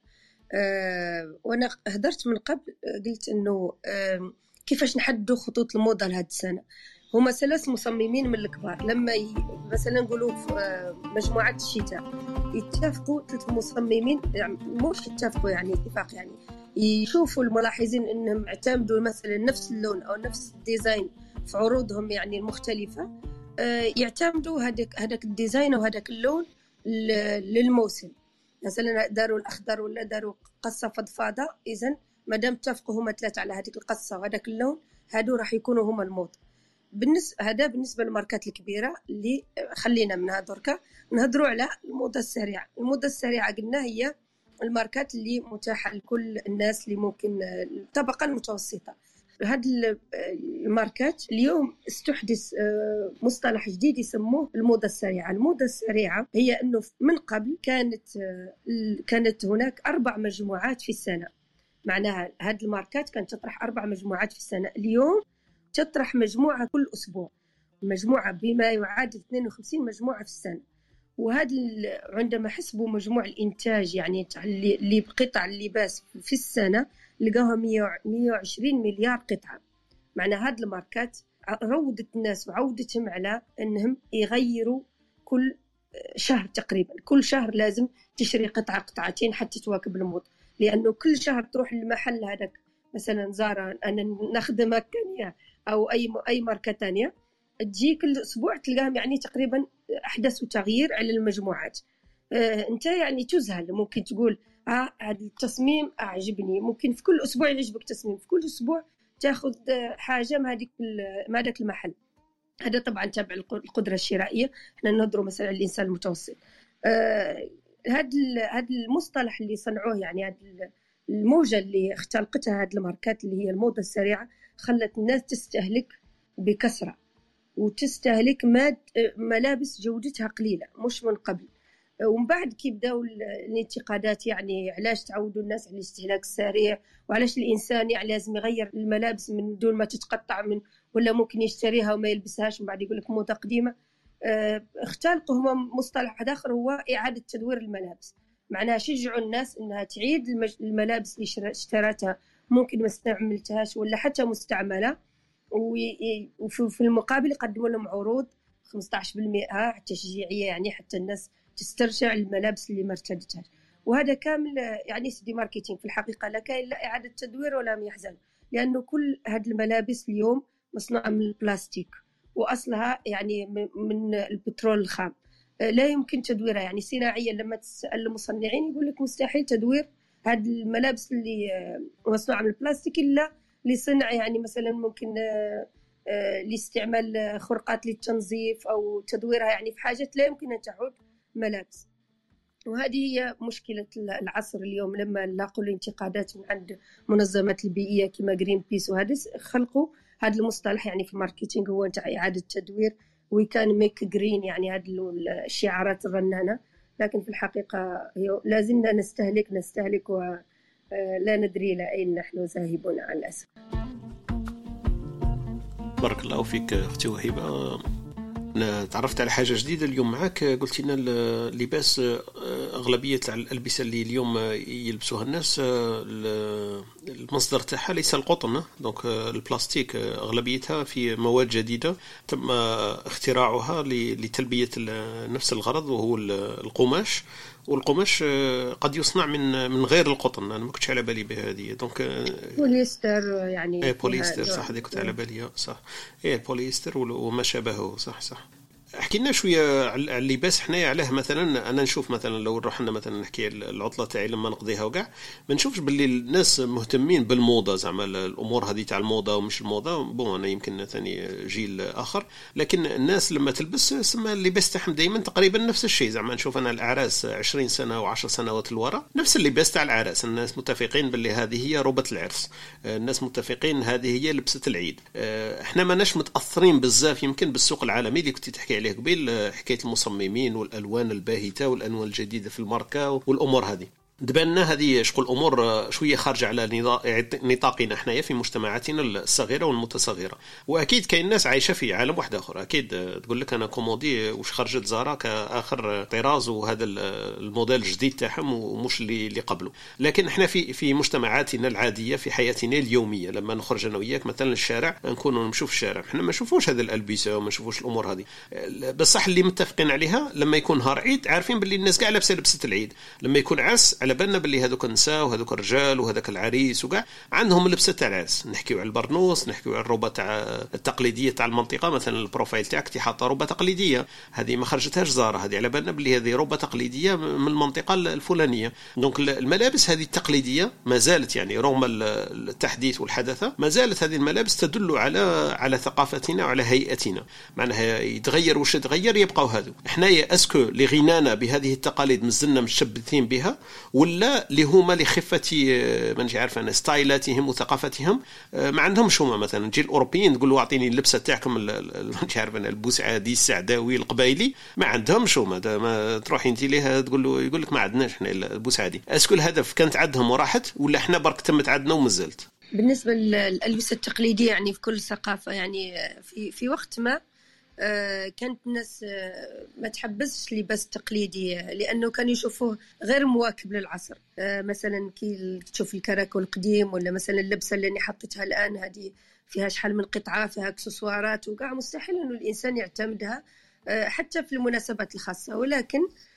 وانا هدرت من قبل قلت انه كيفاش نحددوا خطوط الموضة لهذه السنة. هما 3 مصممين من الكبار لما مثلا نقولوا في مجموعة الشتاء يتفقوا 3 مصممين، يعني مش يتفقوا يعني اتفاق، يعني يشوفوا الملاحظين انهم اعتمدوا مثلا نفس اللون او نفس الديزاين في عروضهم يعني المختلفة، يعتمدوا هذاك الديزاين وهذاك اللون للموسم. مثلا داروا الأخضر ولا داروا قصة فضفاضة، إذن ما دام اتفقوا هما 3 على هذيك القصة وهذاك اللون، هادو راح يكونوا هما الموضة. هذا بالنسبة للماركات الكبيرة اللي خلينا منها دركا. نهضروا على الموضة السريعة. الموضة السريعة قلنا هي الماركات اللي متاحة لكل الناس اللي ممكن الطبقة المتوسطة. هذه الماركات اليوم استحدث مصطلح جديد يسموه الموضة السريعة. الموضة السريعة هي أنه من قبل كانت هناك 4 مجموعات في السنة. معناها هذه الماركات كانت تطرح 4 مجموعات في السنة، اليوم تطرح مجموعة كل أسبوع، مجموعة بما يعادل 52 مجموعة في السنة. وهذا عندما حسبوا مجموع الإنتاج يعني اللي بقطع اللباس في السنة لقاها 120 مليار قطعة. معنى هذه الماركات روضت الناس وعودتهم على أنهم يغيروا كل شهر تقريبا، كل شهر لازم تشتري قطعتين حتى تواكب الموضة، لأنه كل شهر تروح للمحل هذاك مثلا زارا أنا نخدم كانيا أو أي ماركة تانية، تجي كل أسبوع تلقاهم يعني تقريبا أحدثوا تغيير على المجموعات. أنت يعني تزهل، ممكن تقول هذا التصميم أعجبني، ممكن في كل أسبوع يعجبك تصميم، في كل أسبوع تأخذ حاجة ما هذاك المحل. هذا طبعا تابع القدرة الشرائية. احنا ننظروا مثلا الإنسان المتوسط. هذا المصطلح اللي صنعوه يعني هذه الموجة اللي اختلقتها هذه الماركات اللي هي الموضة السريعة خلت الناس تستهلك بكثرة وتستهلك ملابس جودتها قليلة مش من قبل. ومن بعد كي بداوا الانتقادات يعني علاش تعودوا الناس على الاستهلاك السريع، وعلاش الإنسان يعني لازم يغير الملابس من دون ما تتقطع ولا ممكن يشتريها وما يلبسهاش ومن بعد يقول لك موضة قديمة. اختلقوا هم مصطلح آخر هو إعادة تدوير الملابس. معناها شجعوا الناس إنها تعيد الملابس اللي اشترتها ممكن ما استعملتهاش ولا حتى مستعملة، وفي المقابل يقدموا لهم عروض 15% تشجيعية يعني حتى الناس تسترجع الملابس اللي ما ارتدتهاش. وهذا كامل يعني سيدي ماركتينج في الحقيقة، لا كاين لا إعادة تدوير ولا يحزن، لأنه كل هذه الملابس اليوم مصنوعة من البلاستيك وأصلها يعني من البترول الخام، لا يمكن تدويرها يعني صناعيا. لما تسأل المصنعين يقول لك مستحيل تدوير هذه الملابس اللي مصنوعة من البلاستيك إلا لصنع يعني مثلا ممكن لاستعمال خرقات للتنظيف أو تدويرها يعني في حاجات لا يمكن أن تعود ملابس. وهذه هي مشكلة العصر اليوم. لما لاقوا الانتقادات من عند منظمات البيئية كما جرين بيس وهذا خلقوا هذا المصطلح يعني في الماركتينج هو إعادة تدوير وكان ميك جرين، يعني هذه الشعارات الرنانة. لكن في الحقيقة لازلنا نستهلك ولا ندري إلى أين نحن ذاهبون على الأسف. بارك الله فيك أختي وهبة. أنا تعرفت على حاجة جديدة اليوم معك. قلت لنا اللباس أغلبية الألبسة اللي اليوم يلبسوها الناس المصدر تاعها ليس القطن، دونك البلاستيك أغلبيتها في مواد جديدة تم اختراعها لتلبية نفس الغرض، وهو القماش. والقماش قد يصنع من غير القطن. انا ما كنتش على بالي بهذه. دونك بوليستر، يعني بوليستر صح، هذه كنت على بالي صح. البوليستر وما شابهه صح. احكي لنا شويه على اللباس. حنايا عليه مثلا انا نشوف مثلا لو نروح لنا مثلا نحكي العطله تاعي لما نقضيها وكاع ما نشوفش باللي الناس مهتمين بالموضه، زعما الامور هذه تاع الموضه ومش الموضه. بون انا يمكن ثاني جيل اخر، لكن الناس لما تلبس سما اللباس تاعهم دائما تقريبا نفس الشيء. زعما نشوف انا الاعراس 20 سنه و10 سنوات الوراء نفس اللباس تاع العراس. الناس متفقين باللي هذه هي ربة العرس، الناس متفقين هذه هي لبسه العيد. احنا ماناش متاثرين بزاف يمكن بالسوق العالمي اللي كنت تحكي عليه قبل، حكاية المصممين والألوان الباهتة والألوان الجديدة في الماركة والأمور هذه. دبالنا هذه شغل الأمور شوية خارجة على نطاقنا حنايا في مجتمعاتنا الصغيرة والمتصغرة. وأكيد كاين ناس عايشة في عالم واحد آخر. أكيد تقول لك أنا كومودي وش خرجت زارا كآخر طراز وهذا الموديل الجديد تاعهم ومش اللي قبله. لكن احنا في مجتمعاتنا العادية في حياتنا اليومية لما نخرج أنا وياك مثلا الشارع نكون نشوف الشارع، احنا ما نشوفوش هذه الألبسة وما نشوفوش الأمور هذه. بصح اللي متفقين عليها لما يكون نهار عيد عارفين باللي الناس قاع لابسة لبسة العيد. لما يكون عرس على بالنا باللي هذوك النساء وهذوك الرجال وهذاك العريس وكاع عندهم لبسه تاع العرس. نحكيو على البرنوس، نحكيو على الروبه تاع التقليديه تاع المنطقه. مثلا البروفايل تاعك تي حاطه روبه تقليديه، هذه ما خرجتهاش زاره، هذه على بالنا باللي هذه روبه تقليديه من المنطقه الفلانيه. دونك الملابس هذه التقليديه ما زالت يعني رغم التحديث والحداثه ما زالت هذه الملابس تدل على ثقافتنا وعلى هيئتنا. معناها يتغير وش يتغير يبقاو هذو. حنايا اسكو لغنانا بهذه التقاليد مازلنا مشبثين بها، ولا اللي هما لخفة مانيش عارف أنا ستايلاتهم وثقافتهم ما عندهمش هما. مثلا تجي الأوروبيين تقول له أعطيني اللبسة تاعكم مانيش عارف أنا البوسعادي السعداوي القبايلي، ما عندهمش هما. ما تروحي أنت ليها تقول له يقول لك ما عندناش إحنا البوسعادي. أسكو الهدف كانت عندهم وراحت ولا إحنا برك تمت عندنا ومازلت؟ بالنسبة للألبسة التقليدية يعني في كل ثقافة يعني في وقت ما كانت الناس ما تحبسش لباس تقليدي لأنه كانوا يشوفوه غير مواكب للعصر. مثلا كي تشوف الكراكو القديم ولا مثلا اللبسة اللي أنا حطيتها الآن هذه فيها شحال من قطعة فيها اكسسوارات وقاع مستحيل أنه الإنسان يعتمدها حتى في المناسبات الخاصة. ولكن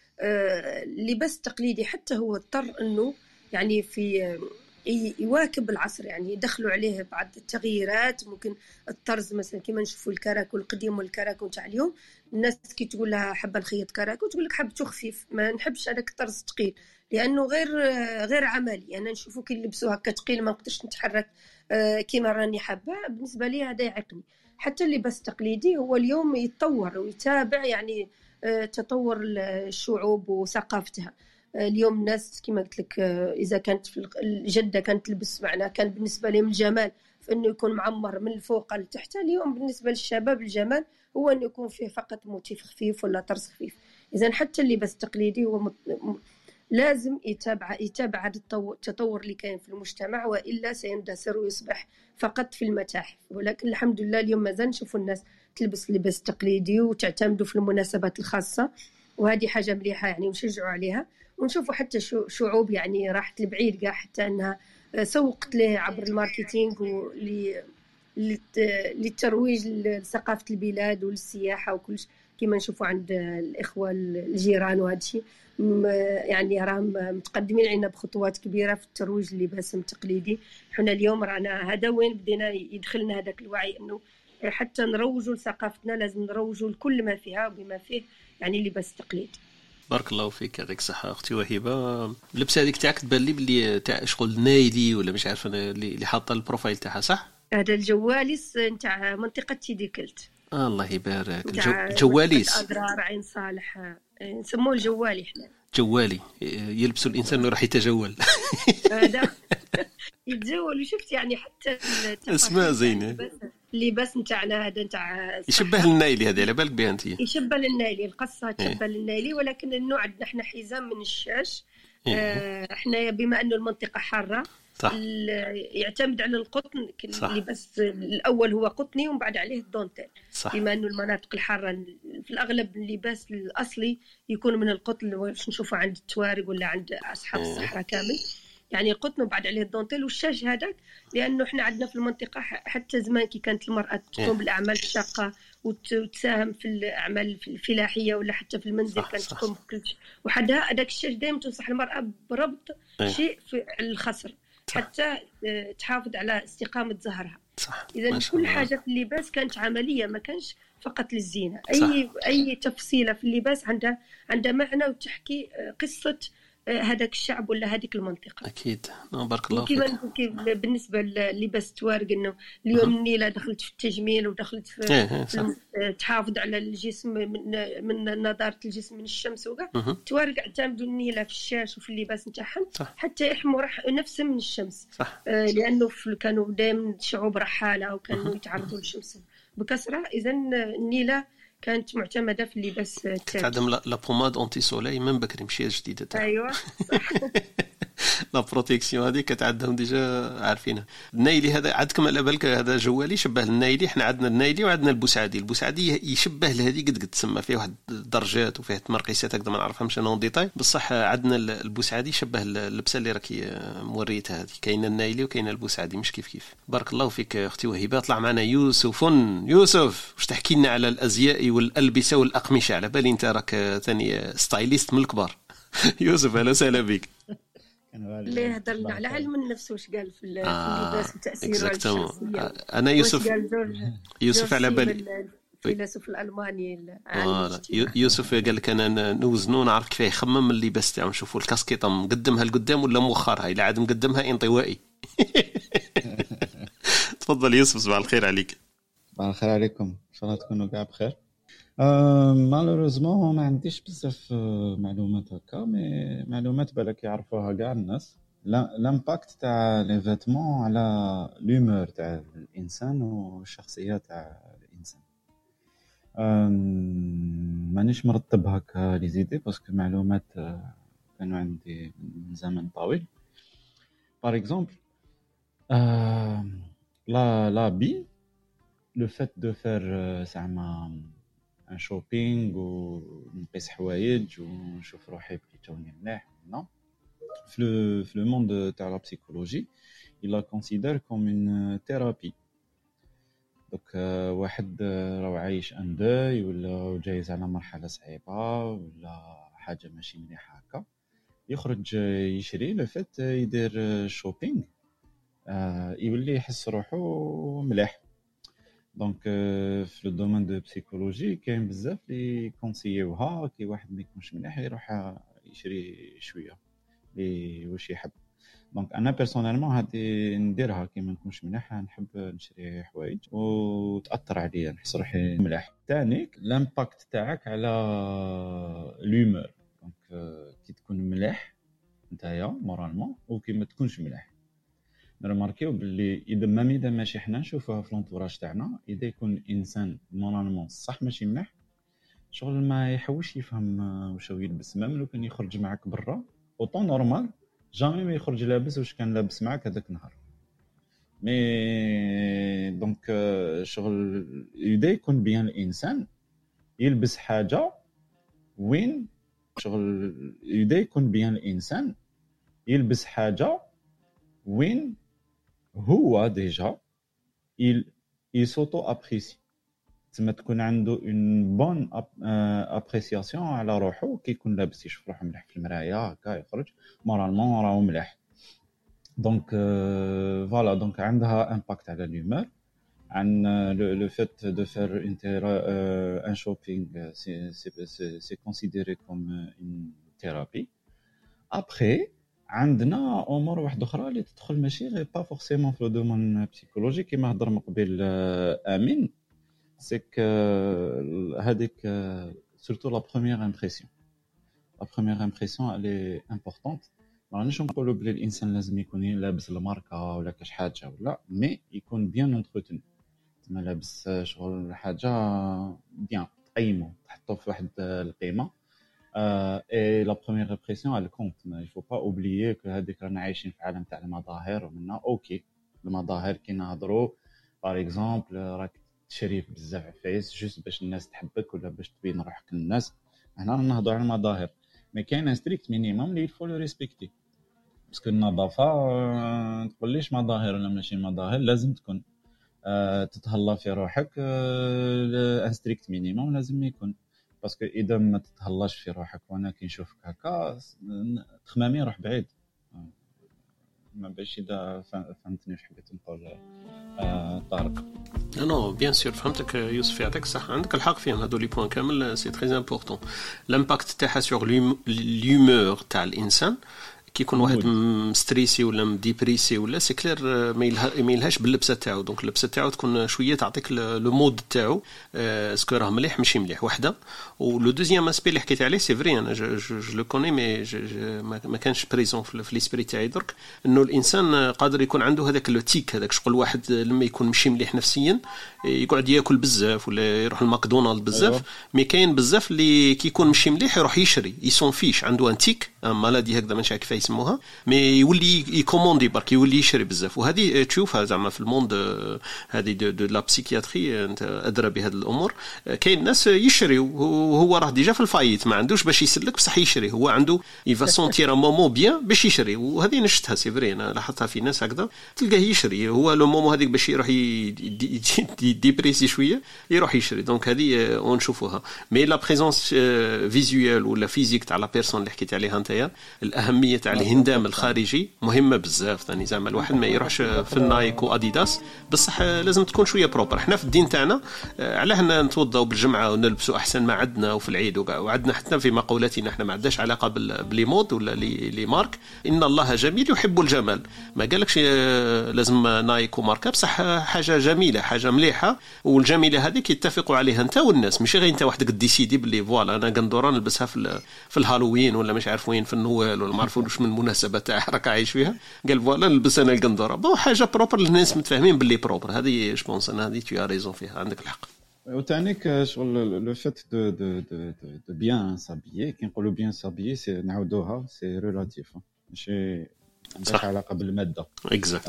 اللباس التقليدي حتى هو اضطر أنه يعني في يواكب العصر، يعني يدخلوا عليه بعض التغييرات. ممكن الطرز مثلا كما نشوفوا الكراكو القديم والكراكو تاع اليوم، الناس كي تقول لها حابه نخيط كراكو تقول لك حبته خفيف، ما نحبش هذاك الطرز ثقيل لانه غير عملي. انا نشوفوا كي يلبسوها هكا ثقيل ما نقدرش نتحرك كيما راني حابه. بالنسبه لي هذا يعيقني. حتى اللباس التقليدي هو اليوم يتطور ويتابع يعني تطور الشعوب وثقافتها. اليوم الناس كما قلت لك إذا كانت في الجدة كانت تلبس معنا كان بالنسبة لهم الجمال فإنه يكون معمر من الفوق لتحت. اليوم بالنسبة للشباب الجمال هو أنه يكون فيه فقط موتيف خفيف ولا طرز خفيف. إذن حتى اللباس التقليدي هو لازم يتابع هذا التطور اللي كاين في المجتمع، وإلا سيندثر ويصبح فقط في المتاحف. ولكن الحمد لله اليوم مازال نشوفوا الناس تلبس اللباس التقليدي وتعتمدوا في المناسبات الخاصة، وهذه حاجة مليحة يعني ونشجعوا عليها. ونشوفوا حتى شعوب يعني راحت لبعيد قاع حتى أنها سوقت له عبر الماركتينج للترويج لثقافة البلاد وللسياحة وكل كما نشوفوا عند الإخوة الجيران. وهذا الشيء يعني راهم متقدمين عنا بخطوات كبيرة في الترويج للباسم التقليدي. حنا اليوم رانا هذا وين بدينا يدخلنا هذاك الوعي أنه حتى نروجوا لثقافتنا لازم نروجوا لكل ما فيها وبما فيه يعني اللباس التقليدي. بارك الله فيك، يعطيك الصحة أختي وهبة. اللبسة هذيك تاعك تبان لي بلي تاع شغل نايلي ولا مش عارف أنا اللي حاطة البروفايل تاعها صح؟ هذا الجواليس نتاع منطقة تيدي كلت. الله يبارك. جواليس أضرار عين صالح نسموه الجوالي إحنا. جوالي يلبسوا الإنسان إنه راح يتجول. هذا يتجول وشفت يعني حتى اسماء زينة. اللباس نتاعنا هذا نتاع يشبه النايلي، هذه على بالك بها انت؟ يشبه النايلي، القصه تشبه النايلي، ولكن النوع عندنا احنا حزام من الشاش. احنا بما انه المنطقه حاره صح. يعتمد على القطن. اللباس الاول هو قطني ومن بعد عليه الدونتيل. بما انه المناطق الحاره في الاغلب اللباس الاصلي يكون من القطن، واش نشوفه عند التوارق ولا عند اصحاب الصحراء كامل، يعني قطن وبعد عليه الدونتيل والشاش هذاك. لانه احنا عندنا في المنطقه حتى زمان كي كانت المراه تقوم بالاعمال الشاقه وتساهم في الاعمال الفلاحيه ولا حتى في المنزل، كانت تقوم بكل شيء وحدها. هذاك الشاش دائما تنصح المراه بربط شيء في الخصر حتى تحافظ على استقامه ظهرها. اذا كل حاجه في اللباس كانت عمليه، ما كانش فقط للزينه. اي تفصيله في اللباس عندها معنى وتحكي قصه هذاك الشعب ولا هذيك المنطقه. اكيد. بارك الله فيك. بالنسبه للباس التوارق، انه اليوم النيله دخلت في التجميل ودخلت في تحافظ على الجسم من نضاره الجسم من الشمس وكاع. التوارق اعتمدوا النيله في الشاش وفي اللباس نتاعهم حتى يحموا نفسهم من الشمس. لانه كانوا دائما شعوب رحاله وكانوا يتعرضوا للشمس بكثره. اذا النيله كانت معتمده في اللباس التالي. تعدم لا بوماد اونتي سولي من بكري، ماشي جديده. ايوه لا بروتيكسيون هذه كتعدهم ديجا عارفينها. النايلي هذا عندكم على بالك، هذا جوالي شبه النايلي. احنا عندنا النايلي وعندنا البوسعدي. البوسعدي يشبه لهذه قد تسمى فيه واحد درجات وفيه تمرقيسات هكذا ما نعرفهمش انا اون ديتاي، بصح عندنا البوسعدي شبه اللبسه اللي راكي موريتها هذه. كاينه النايلي وكاينه البوسعدي، مش كيف. بارك الله فيك اختي وهبه. طلع معنا يوسف. واش تحكي لنا على الازياء والالبسه والاقمشه؟ على بالي انت راك ثاني ستايليست من الكبار. يوسف اهلا وسهلا بك. اللي هضرنا على علم النفس واش قال في اللباس وتأثيره على الشخصية. أنا يوسف على بالي الفيلسوف الألماني يوسف قال لك أنا نوزنو نعرف كيف يخمم اللباس تاعو، نشوفوا الكاسكيطة مقدمها لقدام ولا مؤخرها، إلا عاد مقدمها انطوائي. تفضل يوسف. صباح الخير عليك. صباح الخير عليكم، إن شاء الله تكونوا كاع بخير. مالوريزمون ما عنديش بزاف معلومات هكا، مي معلومات بالك يعرفوها كاع الناس. لامباكت تاع لي فيتمون على لومور تاع الانسان والشخصيه تاع الانسان. مانيش مرتب هكا لي زيدي باسكو معلومات كانوا عندي من زمن طويل. بار اكزومبل لا بي لو فات دو فير زعما ان شوبينغ ونقيس حوايج ونشوف روحي بلي توني مليح. نو في لو موند تاع لا بسيكولوجي il la considère comme une thérapie. دوك واحد راه عايش ان دوي ولا جايز على مرحله صعيبه ولا حاجه ماشي مليحه هكا، يخرج يشري لو فات يدير شوبينغ، يولي يحس روحو مليح. دونك في لو دومين دو بسيكولوجي كاين بزاف لي كونسييوها كي واحد ما يكونش مليح يروح يشري شويه لي واش يحب. دونك انا بيرسونيلمون هادي نديرها كي ما نكونش مليح، نحب نشري حوايج وتاثر عليا نحس روحي مليح. ثاني الامباكت تاعك على لومور. دونك كي تكون مليح نتايا مورالمون وكي ما تكونش مليح، نرماركيو باللي اذا ماشي حنا نشوفوها في لونطوراج تاعنا، اذا يكون انسان مورالمون صح ماشي مليح شغل ما يحوش يفهم واش هو يلبس. مام لو كان يخرج معك برا اوطون نورمال جامي ما يخرج لابس واش كان لابس معك هذاك النهار. مي دونك شغل اذا يكون بيان الانسان يلبس حاجه وين شغل اذا يكون بيان الانسان يلبس حاجه وين هو ديجا il s'auto-apprécie، تما تكون عنده اون بون ابريسياسيون على روحو كي يكون لابس يشوف روحو مليح في المرايه هكا يخرج مورالمون راهو مليح. دونك فوالا دونك عندها امباكت على لومور. عن لو فيت دو فير ان شوبينغ سي كونسيديري كوم اون ثيرابي. ابري عندنا امور واحده اخرى اللي تدخل ماشي غير با فورسيمون في لو دومين بسيكولوجي كيما هضر من قبل امين. سيك هذيك سورتو لا بروميير امبرسيون. لا بروميير امبرسيون الي امبورطونت. ما رانيش نقولوا بلي الانسان لازم يكون لابس الماركه ولا كاش حاجه ولا، مي يكون بيان انتروتوني. ما لابس شغل حاجه بيان تقيمه تحطه في واحد القيمه اي لا بروميير ريبريسيون على الكونت. ما يفو با اوبليي كو هذيك رانا عايشين في عالم تاع المظاهر ومنا اوكي المظاهر كي نهضروا باغ اكزومبل راك تشري بزاف عفايس جوست باش الناس تحبك ولا باش تبين روحك للناس. هنا نهضروا على المظاهر مي كاين ستريكت مينيموم اللي يفو لو ريسبكتي باسكو النظافه تقوليش مظاهر ولا ماشي مظاهر لازم تكون تتهلا في روحك ان ستريكت مينيموم لازم يكون باسكو اذا ما تتهلاش في روحك وانا كي نشوفك هكا تخمامي روح بعيد ما باش اذا فهمتني واش حبيت نقول طارق. نو بيان سور فهمتك يوسف يعطيك صح عندك الحق فيهم هذو لي بوين كامل سي تري امبورطون. لامباكت تاعها سور ليومور تاع الانسان كي يكون واحد مستريسي ولا مديبريسي ولا سي كلير ما يلهاش باللبسه تاعو دونك اللبسه تاعو تكون شويه تعطيك لو مود تاعو اسكو راه مليح ماشي مليح وحده. ولو دوزيام اسبي اللي حكيت عليه سي فري انا جو لو كوني مي ما كانش بريزون في ليسبري تاعي درك انه الانسان قادر يكون عنده هذاك لو تيك هذاك شغل واحد لما يكون ماشي مليح نفسيا يقعد ياكل بزاف ولا يروح الماكدونالد بزاف مي كاين بزاف اللي كي يكون ماشي مليح يروح يشري يسون فيش عنده ان تيك مالادي هكذا ماشي كيف يسموها مي يولي يكوموندي برك يولي يشري بزاف. وهذه تشوفها زعما في الموند هذه دو لا بسيكياتري انت ادرى بهذه الامور. كاين ناس يشري وهو راه ديجا في الفايت ما عندوش باش يسلك بصح يشري هو عنده يفا سونتير مومون بيان باش يشري. وهذه نشتها سي فري انا لاحظتها في ناس هكذا تلقاه يشري هو لو مومون هذيك باش يروح ديبريسي شويه يروح يشري. دونك هذه ونشوفوها مي لا بريزونس فيزوال ولا فيزيك تاع لا بيرسون اللي حكيت عليها نتايا الاهميه تاع الهندام الخارجي مهمه بزاف ثاني زعما الواحد ما يروحش في النايك واديداس بصح لازم تكون شويه بروبر. احنا في الدين تاعنا علاه نتوضاو بالجمعه ونلبسوا احسن ما عندنا وفي العيد وعندنا حتى في مقولاتنا احنا ما عندناش علاقه بلي مود ولا لي مارك. ان الله جميل يحب الجمال ما قالكش لازم نايك وماركه بصح حاجه جميله حاجه مليحه والجميله هذيك يتفقوا عليها انت والناس ماشي غير انت وحدك ديسيدي باللي فوالا انا قندوره نلبسها في الهالوين ولا مش عارف وين في النوال ولا ما عرفوش من المناسبه تاع راك عايش فيها قال فوالا نلبس انا القندوره بو حاجه بروبر الناس متفاهمين باللي بروبر. هذه جوبونس انا هذه تو ريزون فيها عندك الحق. وتانيك شغل لو فات دو بيان سابيي كي نقولوا بيان سابيي سي نعاودوها سي ريلاتيف ماشي عندها علاقه بالماده اكزاكت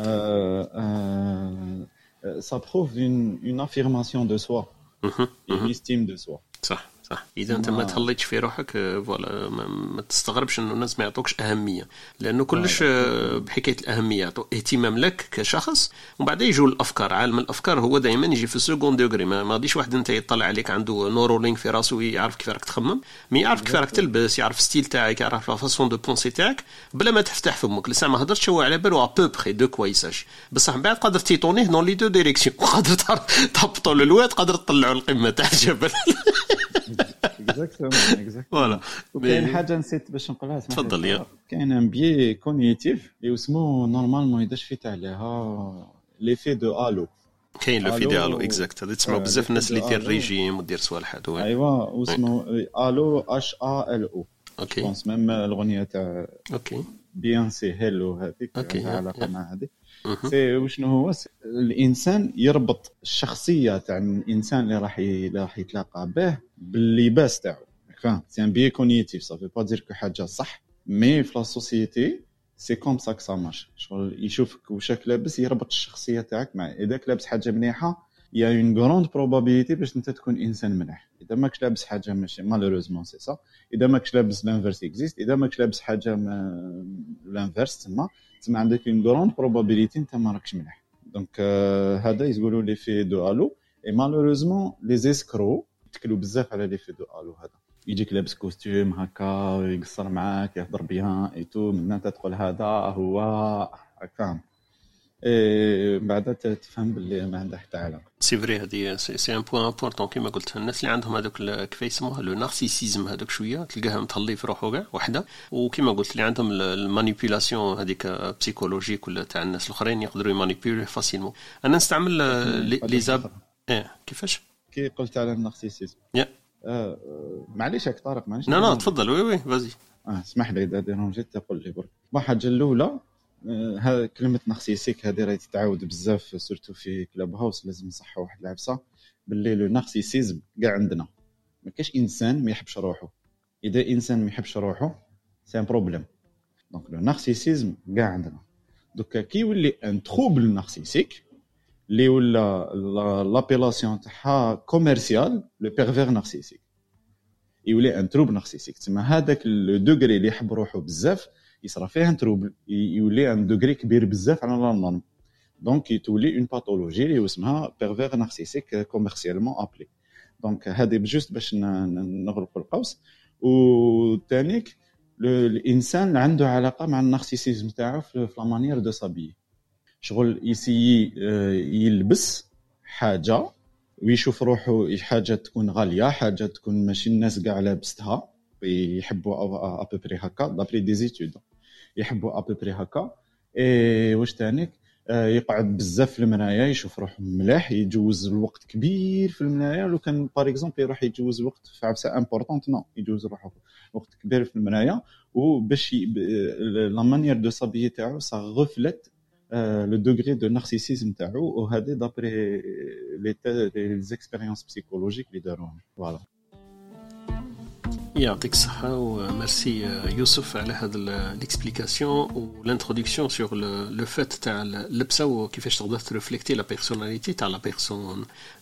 ça prouve une affirmation de soi une estime de soi. صح اذا انت ما تهليتش في روحك فوالا ما تستغربش انه الناس ما يعطوكش اهميه لانه كلش بحكايه الاهميه يعطوا اهتمام لك كشخص ومن بعد يجوا الافكار. عالم الافكار هو دائما يجي في السكون دوغري ما غاديش واحد انت يطلع عليك عنده نورولينك في راسه يعرف كيف راك تخمم مي يعرف كيف راك تلبس يعرف ستيل تاعك يعرف لا فاسون دو بونسي تاعك بلا ما تفتح فمك لسه ما هضرتش هو على بالو ابو بري دو كوا يساج بصح من بعد قادر تيطونيه دون لي دو ديريكسيون قادر تهبطوا للواد قادر تطلعوا القمه تاع الجبل. اكزاكتومون فوالا. وكاين حاجه نسيت باش نقولها تفضل يا كاين ان بي كونيتيف اللي اسمه نورمالمون يداش فيه تاع عليها ليفي دو الو كاين لو فيديالو اكزاكت هذا تسمعوا بزاف الناس اللي دير ريجيم ودير صوالح هذو ايوا اسمه الو اش ا ال او اوكي بونس ميم الاغنيه تاع اوكي بيانسي هيلو هذيك علاقه مع هذيك سي وشنو هو الانسان يربط الشخصيه تاع الانسان اللي راح يتلاقى به باللباس تاعو فاهم سي ان بي كونيتيف صافي با دير كو حاجه صح مي في لا سوسيتي سي كوم سا كسا ماش شغل يشوفك وشك لابس يربط الشخصيه تاعك مع اذا لابس حاجه مليحه يا اون غروند بروبابيليتي باش انت تكون انسان مليح. اذا ماكش لابس حاجه ماشي مالوروزمون سي سا اذا ماكش لابس لانفيرس اكزيست اذا ماكش لابس حاجه لانفيرس تما عندك اون غروند بروبابيليتي انت ما راكش مليح. دونك هذا يقولوا لي في دو الو اي مالوروزمون لي زيسكرو يتكلوا بزاف على لي في دو الو هذا يجيك لابس كوستيم هكا يقصر معاك يهضر بيان اي تو من انت تقول هذا هو هكا بعد تفهم باللي ما عنده حتى علاقه. سي فري هذه سي ان بوين امبورطون كيما قلت الناس اللي عندهم هذوك كيف يسموها لو نارسيسيزم هذوك شويه تلقاها متهلي في روحه كاع وحده وكيما قلت اللي عندهم المانيبيولاسيون هذيك بسيكولوجيك ولا تاع الناس الاخرين يقدروا يمانيبيولي فاسيلمون. انا نستعمل لي زاب كيفاش كي قلت على النارسيسيزم معليش هاك طارق معليش لا تفضل وي فازي اسمح لي ديرهم جيت تقول لي برك الحاجه الاولى هذا كلمه نارسيسيك هذه راهي تتعاود بزاف سورتو في كلاب هاوس. لازم نصحوا واحد العبسه باللي لو نارسيسيزم كاع عندنا. ما كاش انسان ما يحبش روحه. اذا انسان ما يحبش روحه سي ان بروبليم. دونك لو نارسيسيزم كاع عندنا. دوكا كي يولي ان تروبل نارسيسيك اللي ولا لابيلاسيون تاعها كوميرسيال لو بيرفير نارسيسيك يولي ان تروبل نارسيسيك. تما هذاك لو دوغري اللي يحب روحه بزاف يصرا فيه ان تروبل يولي ان دوغري كبير بزاف على لا نورم. دونك يتولي اون باثولوجي اللي اسمها بيرفير نارسيسيك كوميرسيالمون ابلي. دونك هذه بجوست باش نغلق القوس. وثانيك الانسان عنده علاقه مع النارسيسيزم تاعو في لا مانيير دو سابي. شغل يسيي يلبس حاجه ويشوف روحه حاجه تكون غاليه، حاجه تكون ماشي الناس كاع لابستها، يحبوا ابوبري هكا دابري دي زيتود يحبوا ابوبري هكا. واش تانيك يقعد بزاف في المرايه يشوف روحه ملاح، يجوز الوقت كبير في المرايه. لو كان باغ اكزومبل يروح يجوز وقت في عبسه امبورطونت نو يجوز روحه وقت كبير في المرايه وباش لا مانيير دو سابي تاعو سا غفلت لو دوغري دو نارسيسيزم تاعو. وهذا دابري لي زيكسبيريونس بسيكولوجيك اللي داروهم. فوالا يعطيك الصحة وميرسي يوسف على هذا الاكسبليكاسيون والانتروداكسيون سور لو فات تاع اللبسة وكيفاش تقدر ترفليكتي لا بيرسوناليتي تاع لا بيرسون.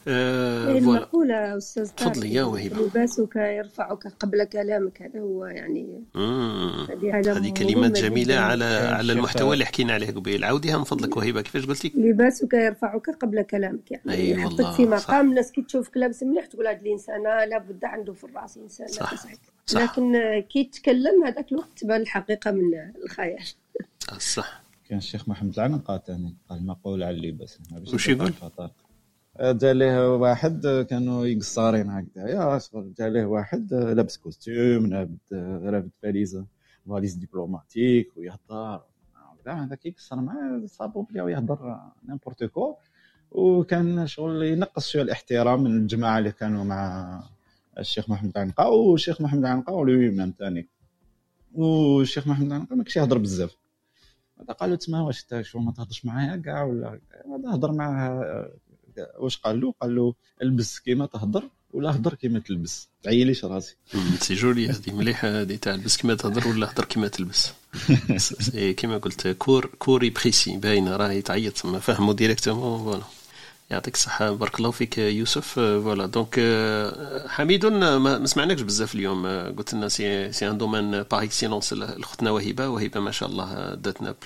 المقولة أستاذ تفضلي يا وهبة. لباسك يرفعك قبل كلامك. هذا هو يعني هذه كلمات جميلة على المحتوى اللي حكينا عليه قبل. عاوديها من فضلك وهبة. كيفاش قلتي؟ لباسك يرفعك قبل كلامك. يعني يحطك في مقام الناس كي تشوفك لابس مليح تقول هذا الإنسان لابد عنده في الرأس إنسان صح. لكن كي يتكلم هذاك الوقت تبان الحقيقة من الخيال. صح. كان الشيخ محمد العنقا ثاني قال مقول على اللباس. وش يقول؟ جا ليه واحد كانوا يقصارين هكذا يا صغر. جا ليه واحد لابس كوستيم لابس فاليز دبلوماتيك ويهضر هذاك يقصر معاه صابو بلي ويهضر نيمبورت كو. وكان شغل ينقص شويه الاحترام من الجماعه اللي كانوا مع الشيخ محمد العنقا. والشيخ محمد العنقا ولوي ميم ثاني. والشيخ محمد العنقا ما كانش يهضر بزاف. هذا قالوا تما واش انت شو ما تهضرش معايا كاع ولا هذا هضر معاه. واش قال له البس كيما تهضر ولا هضر كيما تلبس. تعيليش راسي. سي جولي هذه مليحه هذه تاع البس كيما تهضر ولا هضر كيما تلبس. كيما قلت كوري بريسي باينه راهي تعيط ما فهموا ديريكتومون. فوالا يعطيك الصحة. بارك الله فيك يوسف. فوالا دونك حميد ما سمعناكش بزاف اليوم. قلت لنا سي ان دومين باغ اكسيلونس الاختنا وهبه ما شاء الله داتنا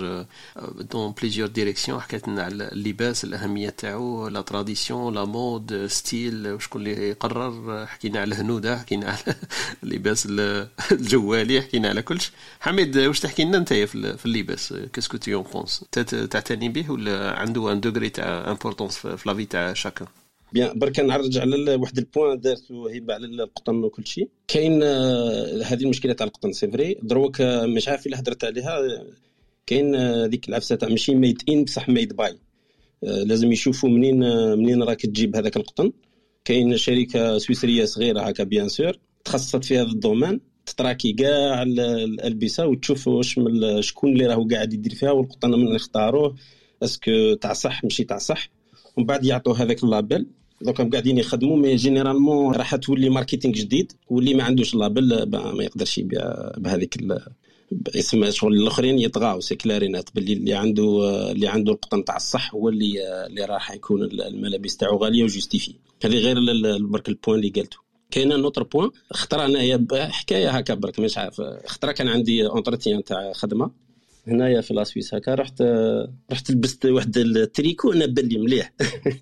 بليزيور ديريكسيون. حكيت لنا على اللباس الأهمية تاعو لا تراديسيون لا مود ستيل وشكون اللي يقرر. حكينا على الهنودة حكينا على اللباس الجوالي حكينا على كلش. حميد واش تحكي لنا نتايا في اللباس كاسكو تي اون بونس تعتني به ولا عنده ان دوغري تاع امبورطونس في لافي تاع شاكا؟ بيان برك نرجع على واحد البوين دارتو هبه على القطن وكل شيء. كاين هذه المشكله تاع القطن سي فري دروك مش عارف الا هضرت عليها. كاين ديك العفسه تاع ماشي ميد ان بصح ميد باي. لازم يشوفوا منين راك تجيب هذاك القطن. كاين شركه سويسريه صغيره هكا بيان سور تخصصت في هذا الدومين تتراكي كاع الالبسه وتشوف واش شكون اللي راهو قاعد يدير فيها والقطن من يختاروه اسكو تاع صح ماشي تاع صح. ومن بعد يعطوا هذاك اللابل. دونك قاعدين يخدموا مي جينيرالمون راح تولي ماركتينغ جديد واللي ما عندوش لابل ما يقدرش يبيع بهذيك اسم شغل. الاخرين يطغاو سي كلارينات باللي اللي عنده القطن تاع الصح هو اللي راح يكون الملابس تاعو غاليه وجوستيفي. هذه غير برك البوين اللي قالته. كاين نوتر بوين خطره انايا حكايه هكا برك مش عارف. خطره كان عندي اونتروتيان تاع خدمه هنايا في لاسويس هكا. رحت لبست واحد التريكو انا باللي مليح.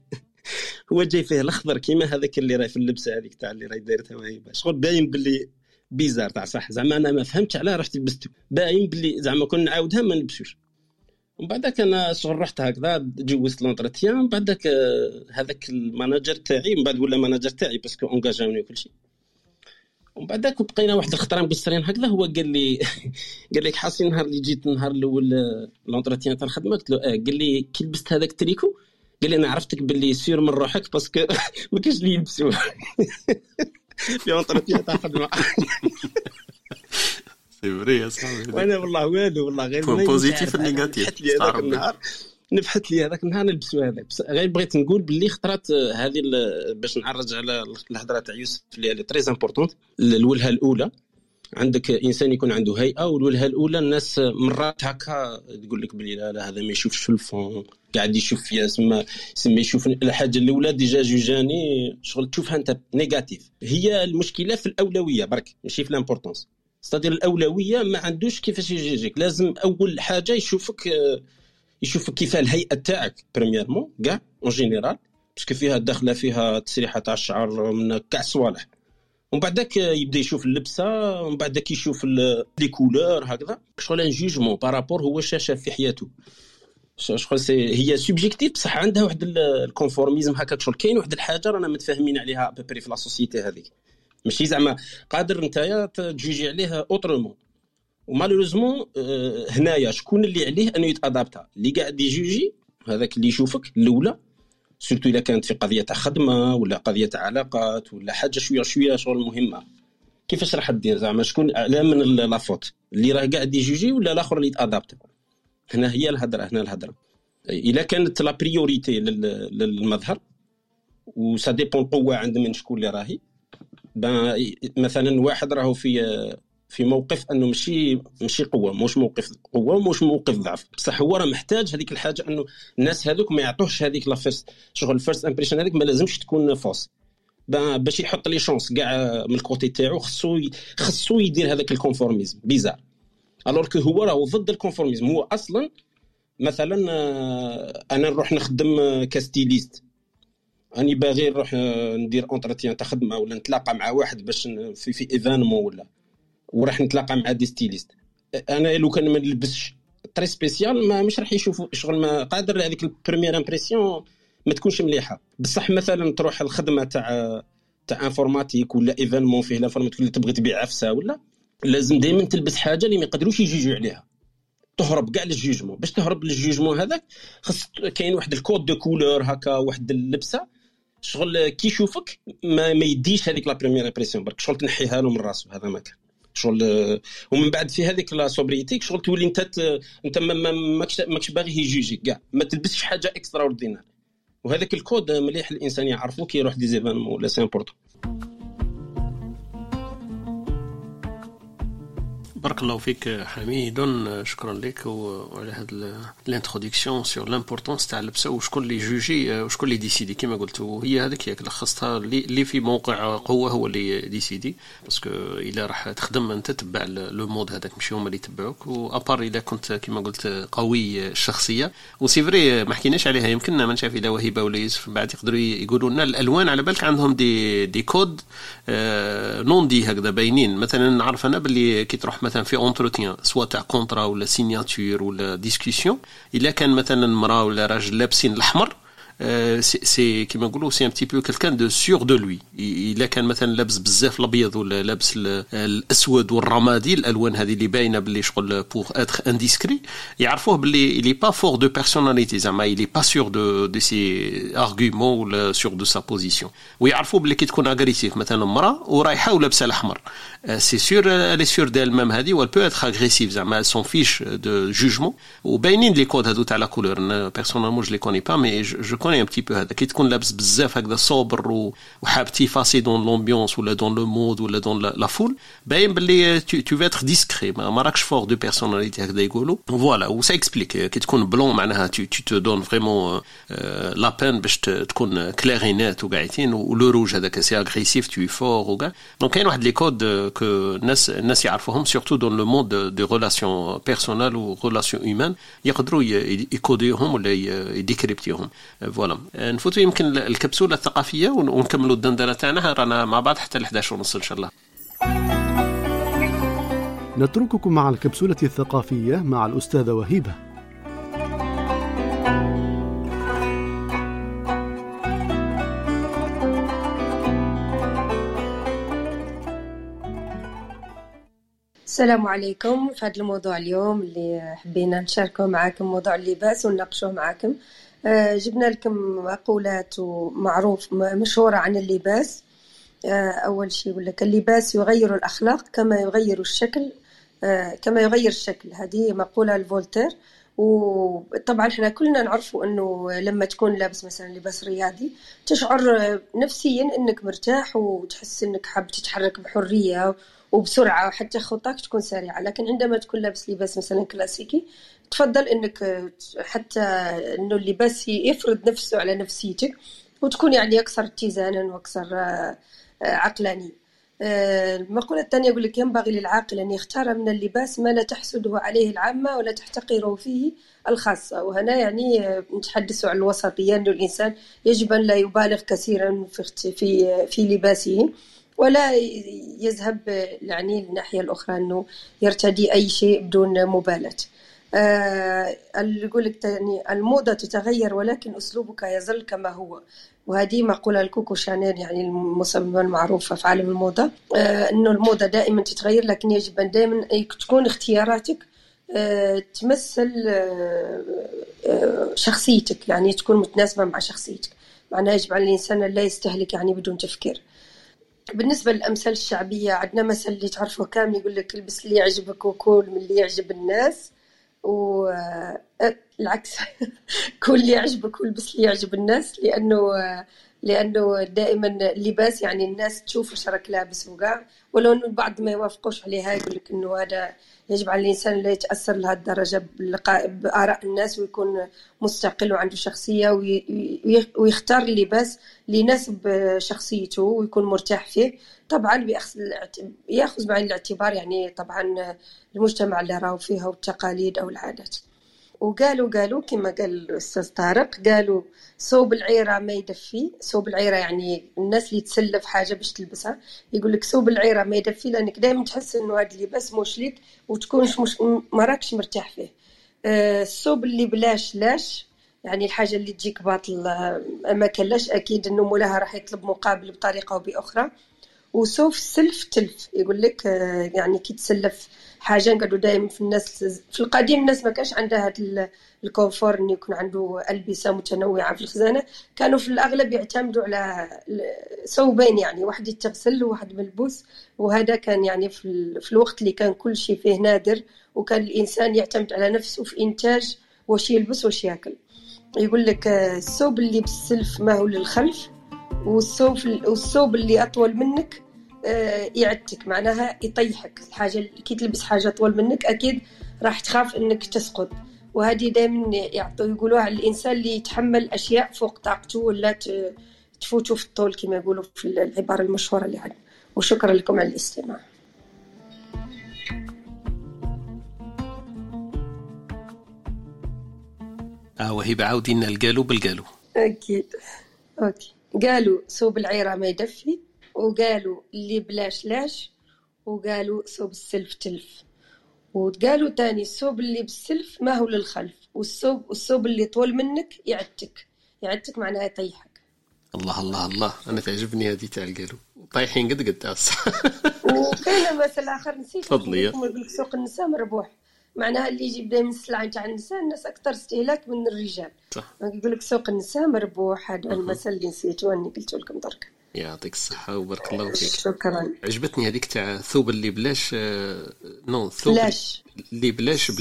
هو جاي فيه الاخضر كيما هذاك اللي راهي في اللبسه هذيك تاع اللي راهي دايرتها وهي شغل باين باللي بيزار تاع صح. زعما انا ما فهمتش علاه رحت لبسته باين باللي زعما كنا نعاودها ما نلبسوش. ومن بعدك انا شغل رحت هكذا جوزت لونتروتيان. من بعدك هذاك الماناجر تاعي من بعد ولا ماناجر تاعي باسكو انغاجاوني وكل شيء. ومن بعدك بقينا واحد الخطره مقصرين هكذا. هو قال لي حاسين النهار اللي جيت النهار الاول لونتروتيان تاع الخدمه قلت له قال لي كي لبست هذاك التريكو قال لي انا عرفتك باللي سير من روحك باسكو ما كاينش اللي يلبسوه في لونتروتيان تاع الخدمه. فري يا صاحبي. وانا والله والو والله غير بوزيتيف ونيجاتيف. نفحت لي هذاك النهار نلبسوا هذاك، بس غير بغيت نقول باللي خطرات هذه باش نعرج على الهضره تاع يوسف اللي هي تري امبورطونت. الوجهه الاولى عندك انسان يكون عنده هيئه، والوجهه الاولى الناس مرات هكا تقول لك بلي لا هذا ما يشوفش في الفون، قاعد يشوف فيها سما يشوف الحاجه الاولى ديجا جوجاني شغل تشوفها انت نيجاتيف. هي المشكله في الاولويه برك ماشي في الامبورطونس. استدير الاولويه ما عندوش كيفاش يجيك، لازم اول حاجه يشوفك كيف الهيئه تاعك بريميرمون كاع اون جينيرال، باسكو فيها داخله فيها تسريحه تاع الشعر من كاع صوالح، ومن بعدك يبدا يشوف اللبسه، ومن بعدك يشوف لي كولور هكذا. شغل ان جوجمون بارابور هو شاف في حياته. شغل هي سوبجيكتيف بصح عندها واحد الكونفورميزم هكاك. شغل كاين واحد الحاجه رانا متفاهمين عليها ببري في لا سوسيتي هذيك، ماشي زعما قادر نتايا تجوجي عليه اوترومون. ومالوريزمون هنايا شكون اللي عليه انه يتادابتا؟ اللي قاعد يجوجي هذاك اللي يشوفك الاولى، سورتو الا كانت في قضيه تاع خدمه ولا قضيه تاع علاقات ولا حاجه شويه شغل مهمه. كيفاش راح دير زعما شكون اعلى من لافوت؟ اللي راه قاعد يجوجي ولا الاخر اللي يتادابتا؟ هنا هي الهضره. الا كانت لا بريوريتي للمظهر وسا ديبون القوه عند من شكون اللي راهي. مثلا واحد راهو في موقف انه ماشي قوه، مش موقف قوه ومش موقف ضعف، بصح هو راه محتاج هذيك الحاجه انه الناس هذوك ما يعطوهش هذيك لا فيرست شغل الفيرست امبريشن هذيك ما لازمش تكون فوس. باش يحط لي شونس كاع من الكوتي تاعو خصو يدير هذاك الكونفورميزم بيزار. الوغ كو هو راهو ضد الكونفورميزم. هو اصلا مثلا انا نروح نخدم كاستيليست، اني باغي نروح ندير اونتروتيان تاع خدمه ولا نتلاقى مع واحد باش في ايفينمون ولا وراح نتلاقى مع دي ستيليست. انا لو كان ما نلبسش تري سبيسيال مش راح يشوفوا شغل، ما قادر هذيك البريمير امبرسيون ما تكونش مليحه. بصح مثلا تروح الخدمه تاع انفورماتيك ولا ايفينمون فيه لافورماتيك اللي تبغي تبيع عفسه ولا، لازم دائما تلبس حاجه اللي ما يقدروش يجيجوا عليها، تهرب كاع للجوجمون. باش تهرب للجوجمون هذاك خاص كاين واحد الكود دو كولور هكا، واحد اللبسه شغل كي يشوفك ما يديش هذيك لا بريمير امبرسيون برك شغل تنحيها له من راسه. هذا ما كان شغل. ومن بعد في هذيك لا سوبريتي شغل تولي انت ماكش باغي يجيجيك كاع، ما تلبسش حاجه اكسترا اوردينار. وهذاك الكود مليح الانسان يعرفه كي يروح دي زيفينمون ولا سي امبورطون. بارك الله فيك حميد، شكرا لك وعلى هذا الانتروداكسيون سور لامبورطونس تاع اللبسه وشكون اللي جوجي وشكون اللي ديسيدي كما قلت. وهي هذيك ياك لخصتها اللي في موقع قوه هو اللي ديسيدي، باسكو الا راح تخدم انت تتبع لو مود هذاك ماشي هما اللي يتبعوك. وابار الا كنت كما قلت قوي الشخصيه وسي فري ما حكيناش عليها، يمكن ما نشاف الا وهبه ولا يوسف بعد يقدروا يقولوا لنا الالوان على بالك عندهم دي كود نون دي هكذا باينين. مثلا نعرف انا باللي كي تروح مثلا في اونتروتيان سواء تاع كونترا ولا سيناتور ولا ديسكوسيون، الا كان مثلا مراه ولا راجل لابسين الاحمر سي كيما نقولوا سي ان بتي بو كلكان دو سور دو لوي. الا كان مثلا لابس بزاف الابيض ولا لابس الاسود والرمادي، الالوان هذه اللي باينه باللي شغل بور اتر انديسكري، يعرفوه باللي il est pas fort de personnalité زعما il est pas sûr de ses arguments ولا sur de sa position. ويعرفوا باللي كي تكون اغريسيف مثلا مراه ورايحه ولابسه الاحمر سي سور elle est sûre d'elle-même هذه وال peut être agressive زعما son fiche de jugement. وباينين لي كود هذو تاع لا كولور بيرسونالمون جو لي كوني با مي جو كوني un petit peu. هذا كي تكون لابس بزاف هكذا صوبر وحاب تيفاسي دون لومبيونس ولا دون لو مود ولا دون لا فول، باين باللي tu vas être discret ما راكش فور دو بيرسوناليتي هكذا يقولوا. فوالا و سا اكسبليك كي تكون بلون معناها tu te donnes vraiment la peine باش تكون كلارينات وقاعدين. ولو روج هذاك سي اغريسيف tu es fort وكاع. دونك كاين واحد لي كود كو الناس يعرفوهم سورتو دون لو مود دي ريلاسيون بيرسونال و ريلاسيون هيومان، يقدروا يكوديوهم ولا يديكريبتيوهم. فوالا نفوتوا يمكن الكبسوله الثقافيه ونكملوا الدندنه تاعنا رانا مع بعض حتى 11:30 ان شاء الله. نترككم مع الكبسوله الثقافيه مع الاستاذه وهبه. السلام عليكم. في هذا الموضوع اليوم اللي حبينا نشاركه معكم موضوع اللباس ونناقشوه معكم، جبنا لكم مقولات ومعروف مشهورة عن اللباس. أول شيء يقول لك اللباس يغير الأخلاق كما يغير الشكل كما يغير الشكل. هذه مقولة لفولتير. وطبعا احنا كلنا نعرفوا انه لما تكون لابس مثلا لباس رياضي تشعر نفسيا انك مرتاح وتحس انك حاب تتحرك بحرية وبسرعة، حتى خطاك تكون سريعة. لكن عندما تكون لابس لباس مثلا كلاسيكي تفضل انك حتى انه اللباس يفرض نفسه على نفسيتك وتكون يعني اكثر اتزانا واكثر عقلانية. المقولة الثانية يقول لك: ينبغي للعاقل أن يختار من اللباس ما لا تحسده عليه العامة ولا تحتقره فيه الخاصة. وهنا يعني نتحدث عن الوسطية، أن الإنسان يجب أن لا يبالغ كثيرا في لباسه ولا يذهب يعني الناحية الأخرى أنه يرتدي أي شيء بدون مبالاة. يقول لك يعني الموضة تتغير ولكن أسلوبك يظل كما هو. وهذه مقولة لكوكو شانيل، يعني المصممة المعروفة في عالم الموضة، أنه الموضة دائما تتغير لكن يجب أن دائما تكون اختياراتك تمثل شخصيتك، يعني تكون متناسبة مع شخصيتك. معناها يجب على الإنسان لا يستهلك يعني بدون تفكير. بالنسبة للأمثال الشعبية عندنا مثل اللي تعرفه كامل يقول لك: البس اللي يعجبك وكل من اللي يعجب الناس. والعكس كل اللي يعجبك والبس اللي يعجب الناس، لأنه دائما اللباس يعني الناس تشوف ايش راك لابس وقع، ولو انه البعض ما يوافقوش عليها يقول لك انه هذا يجب على الانسان لا يتاثر لهذه الدرجه باراء الناس ويكون مستقل وعنده شخصيه ويختار اللباس اللي يناسب شخصيته ويكون مرتاح فيه. طبعا ياخذ بعين الاعتبار يعني طبعا المجتمع اللي راهو فيها والتقاليد او العادات. وقالوا كما قال الأستاذ طارق، قالوا: صوب العيرة ما يدفي. صوب العيرة يعني الناس اللي تسلف حاجة باش تلبسها، يقول لك صوب العيرة ما يدفي، لأنك دائما تحس إنه هذا اللباس مش ليك وتكونش ما راكش مرتاح فيه. الصوب اللي بلاش لاش، يعني الحاجة اللي تجيك باطل ما كلاش، أكيد إنه مولاها راح يطلب مقابل بطريقة أو بأخرى. وصوف سلف تلف، يقول لك يعني كي تسلف حاجة. قالوا دائما في الناس في القديم الناس ما كانش عندها هذا الكونفور إنه يكون عنده ألبسة متنوعة في الخزانة، كانوا في الأغلب يعتمدوا على ثوبين، يعني واحد يتغسل وواحد ملبوس. وهذا كان يعني في الوقت اللي كان كل شيء فيه نادر وكان الإنسان يعتمد على نفسه في إنتاج وش يلبس وش يأكل. يقول لك الثوب اللي بالسلف ما هو للخلف، والثوب اللي أطول منك يعتك، معناها يطيحك. الحاجة كي تلبس حاجة أطول منك أكيد راح تخاف إنك تسقط. وهذه دائما يقولوها الإنسان اللي يتحمل أشياء فوق طاقته ولا تفوتوا في الطول كما يقولوا في العبارة المشهورة اللي عندنا. وشكرا لكم على الاستماع. وهبة عاودين القالوا بالقالوا. أكيد. أوكي. قالوا صوب العيرة ما يدفي، وقالوا اللي بلاش لاش، وقالوا صوب السلف تلف، وقالوا تاني الصوب اللي بالسلف ما هو للخلف، والصوب اللي طول منك يعتك معناها يطيحك. الله الله الله، أنا تعجبني هذه تاع القالوا طايحين قد تاس. وكاين مثل آخر نسيت تفضلي. يقول لك سوق النساء مربوح، معناها اللي يجيب دائما السلعة تاع النساء الناس أكثر استهلاك من الرجال. صح. يقول لك سوق النساء مربوح. هذا المثل اللي نسيته أني قلت لكم درك. يعطيك الصحة وبارك الله فيك. شكرا. عجبتني هذيك تاع ثوب اللي بلاش ثوب بلاش. اللي بلاش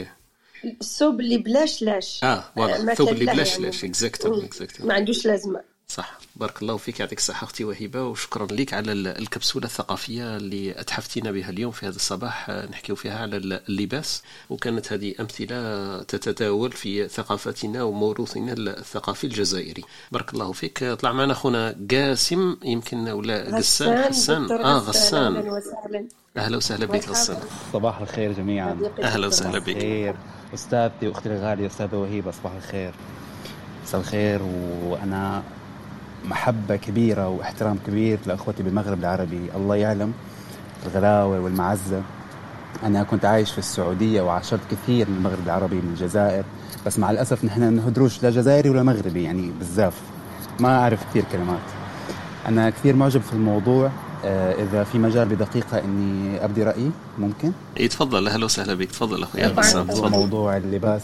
الثوب اللي بلاش لاش. ثوب اللي بلاش لاش اكزاكتلي ما عندوش لازمة. صح. بارك الله فيك، يعطيك الصحة أختي وهبة، وشكرا لك على الكبسولة الثقافية اللي أتحفتينا بها اليوم في هذا الصباح نحكيو فيها على اللباس، وكانت هذه أمثلة تتداول في ثقافتنا وموروثنا الثقافي الجزائري. بارك الله فيك. طلع معنا أخونا قاسم يمكن ولا حسان. غسان. أهلا وسهلا بك غسان. صباح الخير جميعا. أهلا وسهلا بك. أستاذتي وأختي الغالية أستاذة وهبة، صباح الخير. مساء الخير. وأنا محبة كبيرة واحترام كبير لأخوتي بالمغرب العربي، الله يعلم الغلاوة والمعزة. أنا كنت عايش في السعودية وعاشرت كثير من المغرب العربي من الجزائر، بس مع الأسف نحن نهدروش لا جزائري ولا مغربي، يعني بزاف ما أعرف كثير كلمات. أنا كثير معجب في الموضوع. إذا في مجال بدقيقة إني أبدي رأيي ممكن؟ تفضل. أهلا وسهلا بك. تفضل أخوي. موضوع اللباس،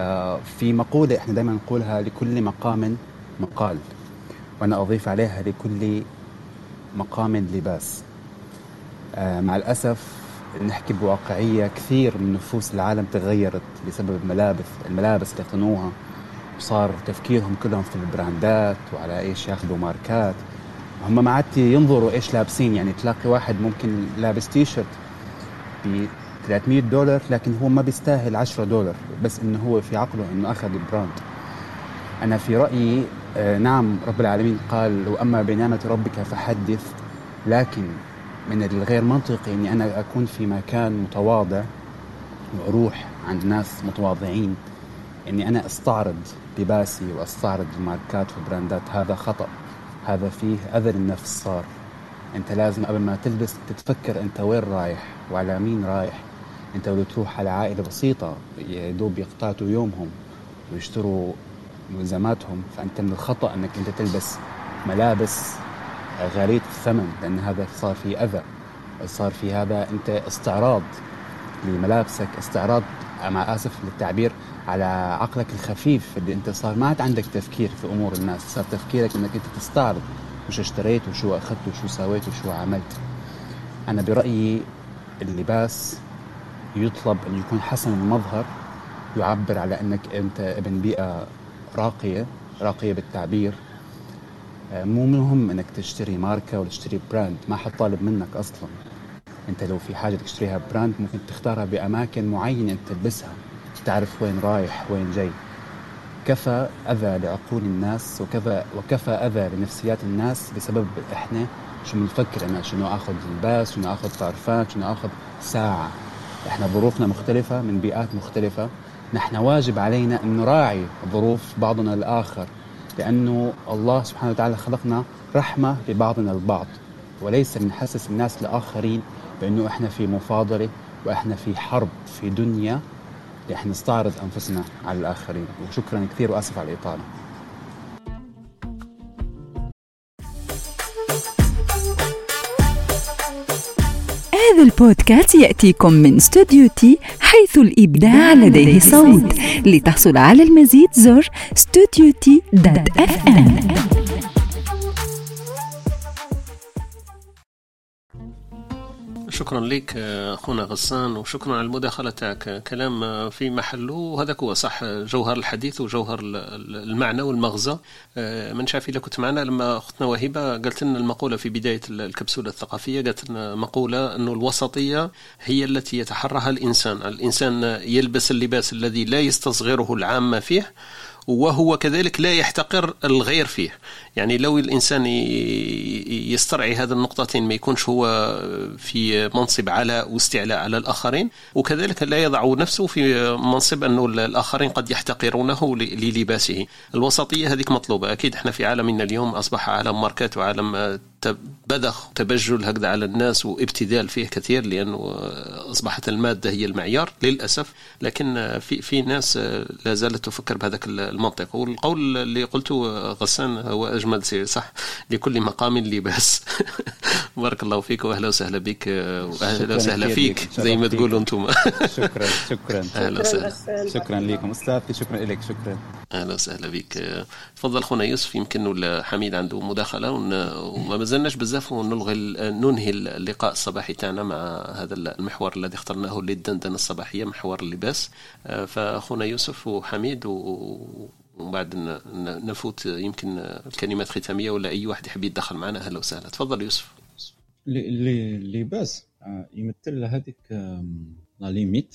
في مقولة إحنا دائما نقولها: لكل مقام مقال، وأنا أضيف عليها: لكل مقام لباس. مع الأسف نحكي بواقعية، كثير من نفوس العالم تغيرت بسبب الملابس اللي اقتنوها، وصار تفكيرهم كلهم في البراندات وعلى ايش ياخذوا ماركات. هم ما عاد ينظروا ايش لابسين. يعني تلاقي واحد ممكن لابس تيشرت ب $300 لكن هو ما بيستاهل $10، بس انه هو في عقله انه اخذ البراند. انا في رأيي نعم رب العالمين قال وأما بنعمة ربك فحدث، لكن من الغير منطقي اني انا اكون في مكان متواضع واروح عند ناس متواضعين اني انا استعرض لباسي واستعرض الماركات والبراندات. هذا خطأ، هذا فيه اذى للنفس. صار انت لازم قبل ما تلبس تتفكر انت وين رايح وعلى مين رايح. انت لو تروح على عائلة بسيطة يدوب يقتاتوا يومهم ويشتروا ملزماتهم، فانت من الخطأ انك انت تلبس ملابس غالية الثمن، لان هذا صار فيه اذى، صار فيه هذا انت استعراض لملابسك، استعراض مع آسف للتعبير على عقلك الخفيف اللي انت صار ما عاد عندك تفكير في امور الناس، صار تفكيرك انك انت تستعرض وش اشتريت وشو اخذت وشو سويت وشو عملت. انا برأيي اللباس يطلب ان يكون حسن المظهر، يعبر على انك انت ابن بيئة راقية بالتعبير. مو مهم انك تشتري ماركة ولا تشتري براند، ما حد طالب منك اصلا. انت لو في حاجة تشتريها براند ممكن تختارها باماكن معينة انت تلبسها، تعرف وين رايح وين جاي. كفى اذى لعقول الناس وكفى اذى لنفسيات الناس بسبب احنا شو بنفكر. انا شنو اخذ لباس، شنو اخذ طرفات، شنو اخذ ساعة. احنا ظروفنا مختلفة من بيئات مختلفة، نحن واجب علينا ان نراعي ظروف بعضنا الاخر، لانه الله سبحانه وتعالى خلقنا رحمة لبعضنا البعض، وليس نحسس الناس الآخرين بأنه إحنا في مفاضلة وإحنا في حرب في دنيا رح نستعرض أنفسنا على الآخرين. وشكرا كثير وأسف على الإطالة. هذا البودكاست يأتيكم من استوديو تي، حيث الإبداع لديه صوت. لتحصل على المزيد زر studiot.fm. شكرا لك أخونا غسان، وشكرا على المداخلة تاعك. كلام في محله، وهذا هو صح جوهر الحديث وجوهر المعنى والمغزى. من شاف إذا كنت معنا لما أختنا وهبة قالت لنا المقولة في بداية الكبسولة الثقافية، قالت لنا مقولة أنه الوسطية هي التي يتحرها الإنسان يلبس اللباس الذي لا يستصغره العامة فيه، وهو كذلك لا يحتقر الغير فيه. يعني لو الإنسان يسترعي هذا النقطتين، ما يكونش هو في منصب علاء واستعلاء على الآخرين، وكذلك لا يضع نفسه في منصب أنه الآخرين قد يحتقرونه للباسه. الوسطية هذيك مطلوبة. أكيد احنا في عالمنا اليوم أصبح عالم ماركات وعالم بذخ وتبجل هكذا على الناس وابتذال فيه كثير، لأنه أصبحت المادة هي المعيار للأسف. لكن في ناس لا زالت تفكر بهذاك المنطق. والقول اللي قلته غسان هو أجمل سير، صح، لكل مقام لباس. بارك الله فيك وأهلا وسهلا بك وأهلا وسهلا فيك زي ما تقولوا أنتم. شكرا أهلا وسهلا. شكرا لكم أستاذ، شكرا لك. شكرا، أهلا وسهلا بك. تفضل خونا يوسف، يمكن حميد عنده مداخلة وما مازلناش بزاف ننهي اللقاء الصباحي تاعنا مع هذا المحور الذي اخترناه للدندنة الصباحية، محور اللباس. فأخونا يوسف وحميد وبعد نفوت يمكن الكلمات ختامية، ولا أي واحد يحب يتدخل معنا. أهلا وسهلا. تفضل يوسف. اللباس يمثل هذيك لا ليميت،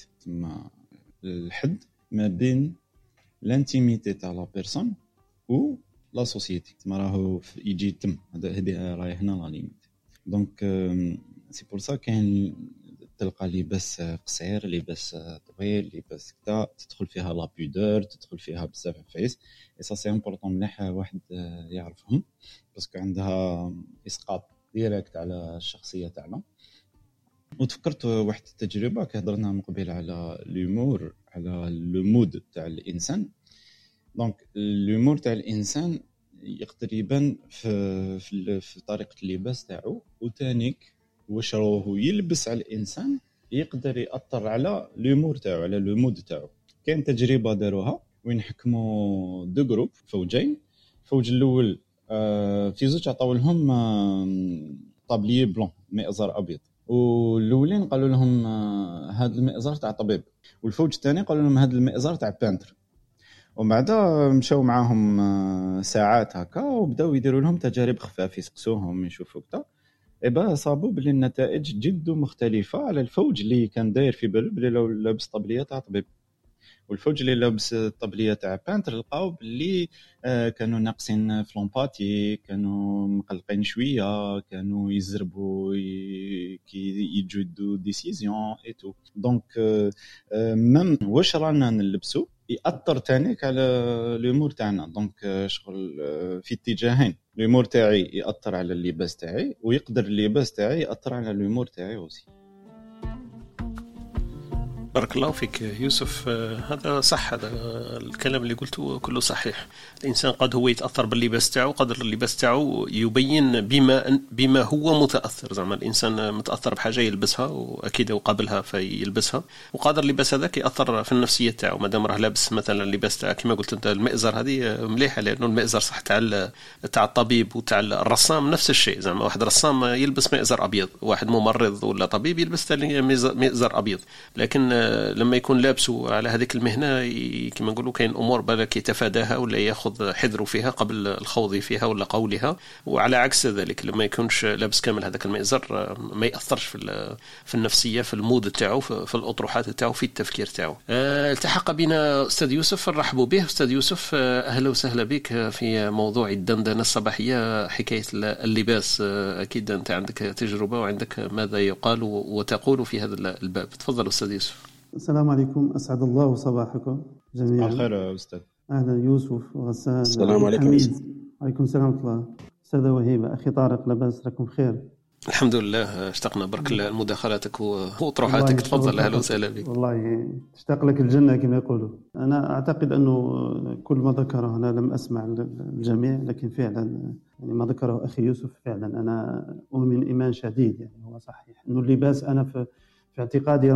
الحد ما بين لانتيميتي تاع لا بيرسون و لا سوسيتي. ما راهو يجي تم هذه راهي هنا لا ليميت. دونك سي بور سا كاين تلقى لباس قصير، لباس طويل، لباس كذا تدخل فيها لا بودور، تدخل فيها بزاف عفايس. اي سا سي امبورطون مليح واحد يعرفهم، باسكو عندها اسقاط ديريكت على الشخصيه تاعنا. وتفكرت واحد التجربه كهضرنا من قبل على لومور، على لو مود تاع الانسان. دونك لومور تاع الانسان يقدر يبان في طريقه اللباس تاعو، وتانيك واش راهو يلبس على الانسان يقدر ياثر على لومور تاعو، على لو مود تاعو. كاين تجربه داروها وين حكموا دو جروب، فوجين. الفوج الاول في زوج عطاو لهم طابليي بلون، مئزر ابيض. والاولين قالوا لهم هذا المئزر تاع طبيب، والفوج الثاني قالوا لهم هذا المئزر تاع بانتر. ومن بعد مشاو معاهم ساعات هكا وبداو يديروا لهم تجارب خفاف، يسقسوهم يشوفوا كذا. إبا صابوا بلي النتائج جد مختلفة على الفوج اللي كان داير في باله بلي لو لابس طبلية تاع طبيب، والفوج اللي لابس الطبلية تاع بانتر لقاو بلي كانوا ناقصين فلومباتي، كانوا مقلقين شوية، كانوا يزربوا كي يجوا يدو ديسيزيون اي تو. دونك ميم واش رانا نلبسو يأثر تانيك على الامور تاعنا. دونك شغل في اتجاهين، الامور تاعي يأثر على اللباس تاعي، ويقدر اللباس تاعي يأثر على الامور تاعي اوسي. بارك الله فيك يوسف. هذا صح، هذا الكلام اللي قلته كله صحيح. الإنسان قد هو يتأثر باللباس تاعو، قدر اللباس تاعو يبين بما هو متأثر. زعما الإنسان متأثر بحاجة يلبسها وأكيد وقابلها فيلبسها، وقادر اللباس هذاك يأثر في النفسية تاعو. مادام راه لابس مثلا اللباس تاع كما قلت أنت المئزر، هذه مليحة لأنه المئزر صح تاع الطبيب وتاع الرسام نفس الشيء. زعما واحد رسام يلبس مئزر أبيض، واحد ممرض ولا طبيب يلبس مئزر أبيض. لكن لما يكون لابسه على هذيك المهنة كما نقولوا كاين أمور بالك يتفاداها ولا يأخذ حذره فيها قبل الخوض فيها ولا قولها، وعلى عكس ذلك لما يكونش لابس كامل هذاك المئزر ما يأثرش في النفسية، في المود تاعو، في الأطروحات تاعو، في التفكير تاعو. التحق بنا أستاذ يوسف، نرحبوا به. أستاذ يوسف أهلا وسهلا بك في موضوع الدندنة الصباحية، حكاية اللباس. أكيد أنت عندك تجربة وعندك ماذا يقال وتقول في هذا الباب. تفضل أستاذ يوسف. السلام عليكم، أسعد الله صباحكم جميعا. الخير أستاذ. أهلا يوسف وغسان. السلام عليكم. عليكم السلام ورحمة الله. أستاذة وهيبة، أخي طارق، لاباس راكم بخير؟ الحمد لله، اشتقنا برك لمداخلاتك وطروحاتك. تفضل، أهلا وسهلا بك. والله تشتاق لك الجنة كما يقولوا. أنا أعتقد أنه كل ما ذكره، أنا لم أسمع الجميع، لكن فعلا يعني ما ذكره أخي يوسف فعلا أنا أؤمن إيمان شديد. يعني هو صحيح أنه اللباس أنا في اعتقادي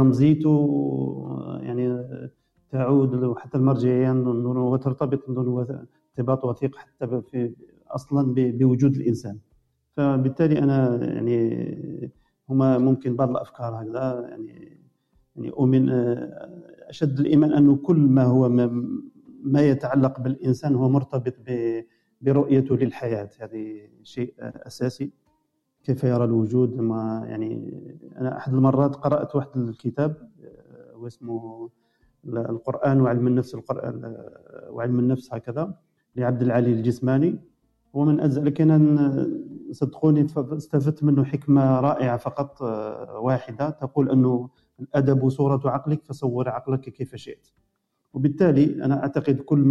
رمزيته يعني تعود حتى المرجعية وترتبط ارتباط وثيق حتى في أصلا بوجود الإنسان. فبالتالي أنا يعني هما ممكن بعض الأفكار هكذا يعني أؤمن أشد الإيمان أنه كل ما هو ما يتعلق بالإنسان هو مرتبط برؤيته للحياة. هذه شيء أساسي، كيف يرى الوجود. ما يعني أنا أحد المرات قرأت واحد الكتاب واسمه القرآن وعلم النفس، القرآن وعلم النفس هكذا، لعبد العلي الجسماني. ومن أجل لكن صدقوني استفدت منه حكمة رائعة فقط واحدة، تقول أنه الأدب صورة عقلك فصور عقلك كيف شئت. وبالتالي أنا أعتقد كل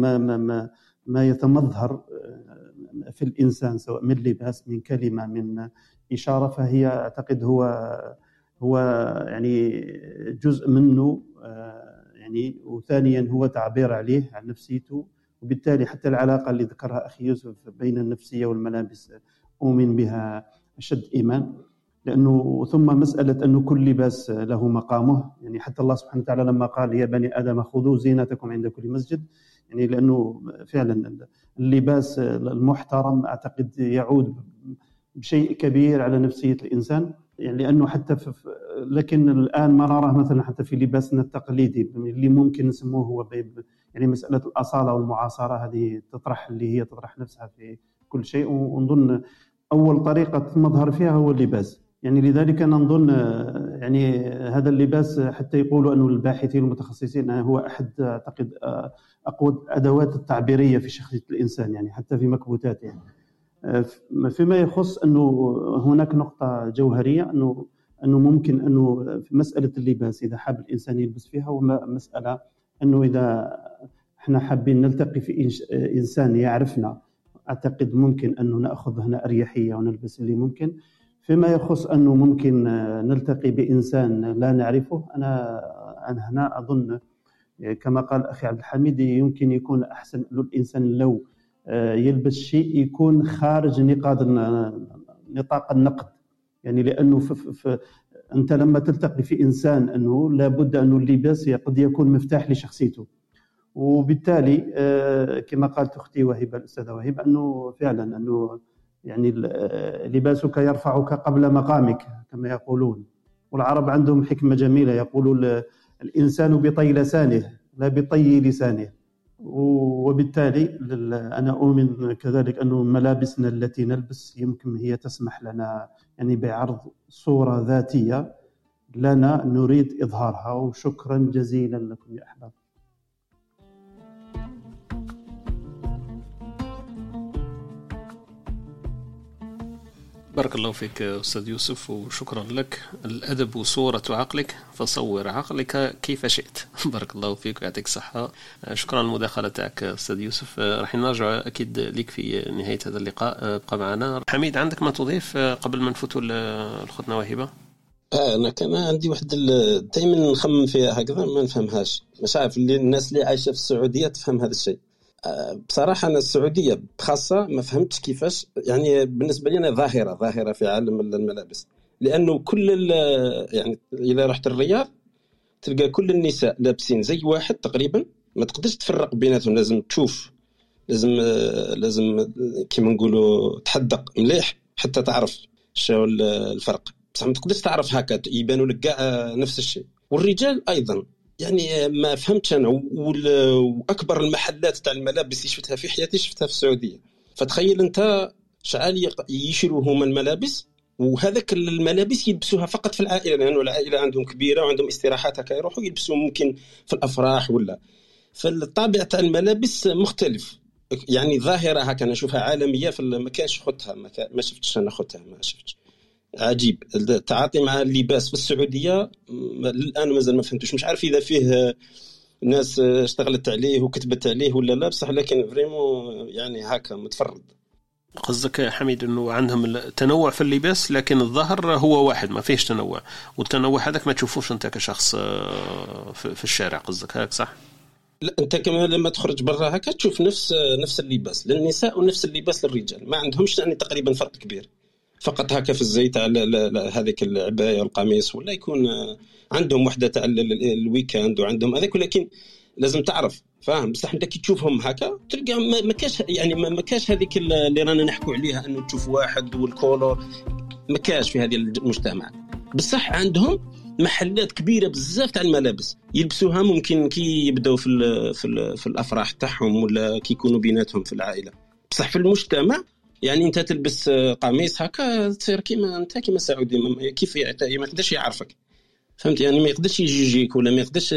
ما يتمظهر في الإنسان سواء من لباس، من كلمة، من إشارة، فهي أعتقد هو يعني جزء منه يعني، وثانيا هو تعبير عليه عن نفسيته. وبالتالي حتى العلاقة اللي ذكرها أخي يوسف بين النفسية والملابس أؤمن بها أشد إيمان، لأنه ثم مسألة أنه كل لباس له مقامه. يعني حتى الله سبحانه وتعالى لما قال يا بني آدم خذوا زينتكم عند كل مسجد، يعني لأنه فعلا اللباس المحترم أعتقد يعود بشيء كبير على نفسية الإنسان. يعني لأنه حتى لكن الآن ما نراه مثلا حتى في لباسنا التقليدي اللي ممكن نسموه هو يعني مسألة الأصالة والمعاصرة، هذه هي تطرح نفسها في كل شيء. ونظن أول طريقة مظهر فيها هو اللباس. يعني لذلك أنا نظن يعني هذا اللباس حتى يقولوا أنه الباحثين المتخصصين هو أحد أعتقد أقوى الأدوات التعبيرية في شخصية الإنسان، يعني حتى في مكبوتاته. يعني فيما يخص أنه هناك نقطة جوهرية أنه ممكن أنه في مسألة اللباس إذا حاب الإنسان يلبس فيها، ومسألة أنه إذا احنا حابين نلتقي في إنسان يعرفنا، أعتقد ممكن أنه نأخذ هنا أريحية ونلبس اللي ممكن. فيما يخص أنه ممكن نلتقي بإنسان لا نعرفه، أنا هنا أظن كما قال أخي عبد الحميد يمكن يكون أحسن الإنسان لو يلبس شيء يكون خارج نطاق النقد. يعني لأنه أنت لما تلتقي في إنسان أنه لابد أنه اللباس قد يكون مفتاح لشخصيته. وبالتالي كما قالت أختي وهبة، الأستاذة وهبة، أنه فعلا أنه يعني لباسك يرفعك قبل مقامك كما يقولون. والعرب عندهم حكمة جميلة، يقولوا الإنسان بطي لسانه لا بطي لسانه. وبالتالي أنا أؤمن كذلك أن ملابسنا التي نلبس يمكن هي تسمح لنا يعني بعرض صورة ذاتية لنا نريد إظهارها. وشكرا جزيلا لكم يا أحباب. بارك الله فيك أستاذ يوسف وشكرا لك. الأدب وصورة عقلك فصور عقلك كيف شئت. بارك الله فيك ويعطيك الصحة. شكرا للمداخلة تاعك أستاذ يوسف. راح نرجع أكيد لك في نهاية هذا اللقاء. بقى معنا حميد، عندك ما تضيف قبل ما نفوتوا الخطنة وهبة؟ أنا كان عندي واحد دائما نخمم فيها هكذا ما نفهمهاش. مش عارف اللي الناس اللي عايشة في السعودية تفهم هذا الشيء. بصراحة أنا السعودية بخاصة ما فهمتش كيفاش، يعني بالنسبة لي أنا ظاهرة في عالم الملابس، لأنه كل يعني إذا رحت الرياض تلقى كل النساء لابسين زي واحد تقريبا، ما تقدرش تفرق بيناتهم، لازم تشوف، لازم كما نقولوا تحدق مليح حتى تعرف شو الفرق. بصح ما تقدرش تعرف هكا يبانوا لك كاع نفس الشيء. والرجال أيضا يعني ما فهمتش أنا. وأكبر المحلات تاع الملابس اللي شفتها في حياتي شفتها في السعودية. فتخيل أنت شعال يشيروا هما الملابس، وهذاك الملابس يلبسوها فقط في العائلة، لأنه العائلة عندهم كبيرة وعندهم استراحات هكا يروحوا يلبسوا ممكن في الأفراح ولا. فالطابع تاع الملابس مختلف، يعني ظاهرة هكا نشوفها عالمية. ما كانش خدتها، ما شفتش أنا خدتها، ما شفتش. عجيب التعاطي مع اللباس في السعودية الآن مازال ما فهمتوش. مش عارف إذا فيه ناس اشتغلت عليه وكتبت عليه ولا لا، بصح لكن فريمو يعني هكا متفرد. قصدك حميد أنه عندهم التنوع في اللباس لكن الظهر هو واحد ما فيش تنوع، والتنوع هذاك ما تشوفوش أنت كشخص في الشارع. قصدك هيك صح؟ لا، أنت كمان لما تخرج برا هكا تشوف نفس اللباس للنساء ونفس اللباس للرجال، ما عندهمش يعني تقريبا فرق كبير. فقط هكا في الزيت على هذيك العباية والقميص، ولا يكون عندهم وحدة تاع الويكاند وعندهم هذاك، ولكن لازم تعرف فاهم. بصح انت كي تشوفهم هكا تلقى ما كاش يعني ما كاش هذيك اللي رانا نحكوا عليها انه تشوف واحد والكولور، ما كاش في هذه المجتمع. بصح عندهم محلات كبيرة بزاف تاع الملابس يلبسوها ممكن كي يبداو في الافراح تاعهم ولا كي يكونوا بيناتهم في العائلة. بصح في المجتمع يعني انت تلبس قميص هكا تصير كيما سعودي، كيف ما يقدرش يعرفك، فهمت يعني، ما يقدرش يجيك ولا ما يقدرش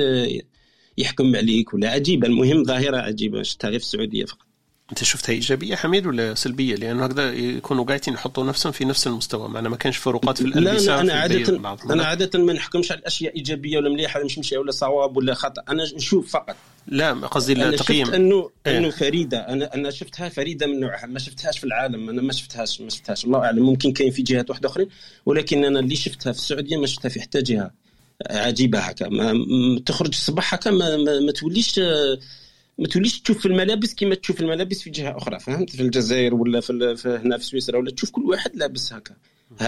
يحكم عليك ولا. عجيبه. المهم ظاهره عجيبه شفتها في السعوديه فقط. انت شفتها ايجابيه حميد ولا سلبيه؟ لانه هكذا يكونوا قاعدين يحطوا نفسهم في نفس المستوى، معنا ما كانش فروقات في الالبسه. لا انا عاده ما نحكمش على الاشياء ايجابيه ولا مليحه ولا مش مشي ولا صواب ولا خطا، انا نشوف فقط. لا قصدي التقييم انه فريده. انا شفتها فريده من نوعها، ما شفتهاش في العالم. انا ما شفتهاش الله اعلم، ممكن كاين في جهات واحده اخرى، ولكن انا اللي شفتها في السعوديه ما شفتها في حتى جهه. عجيبه هكا، ما تخرج الصباح هكا ما توليش تشوف في الملابس كما تشوف الملابس في جهه اخرى، فهمت؟ في الجزائر ولا في هنا في سويسرا، ولا تشوف كل واحد لابس هكا.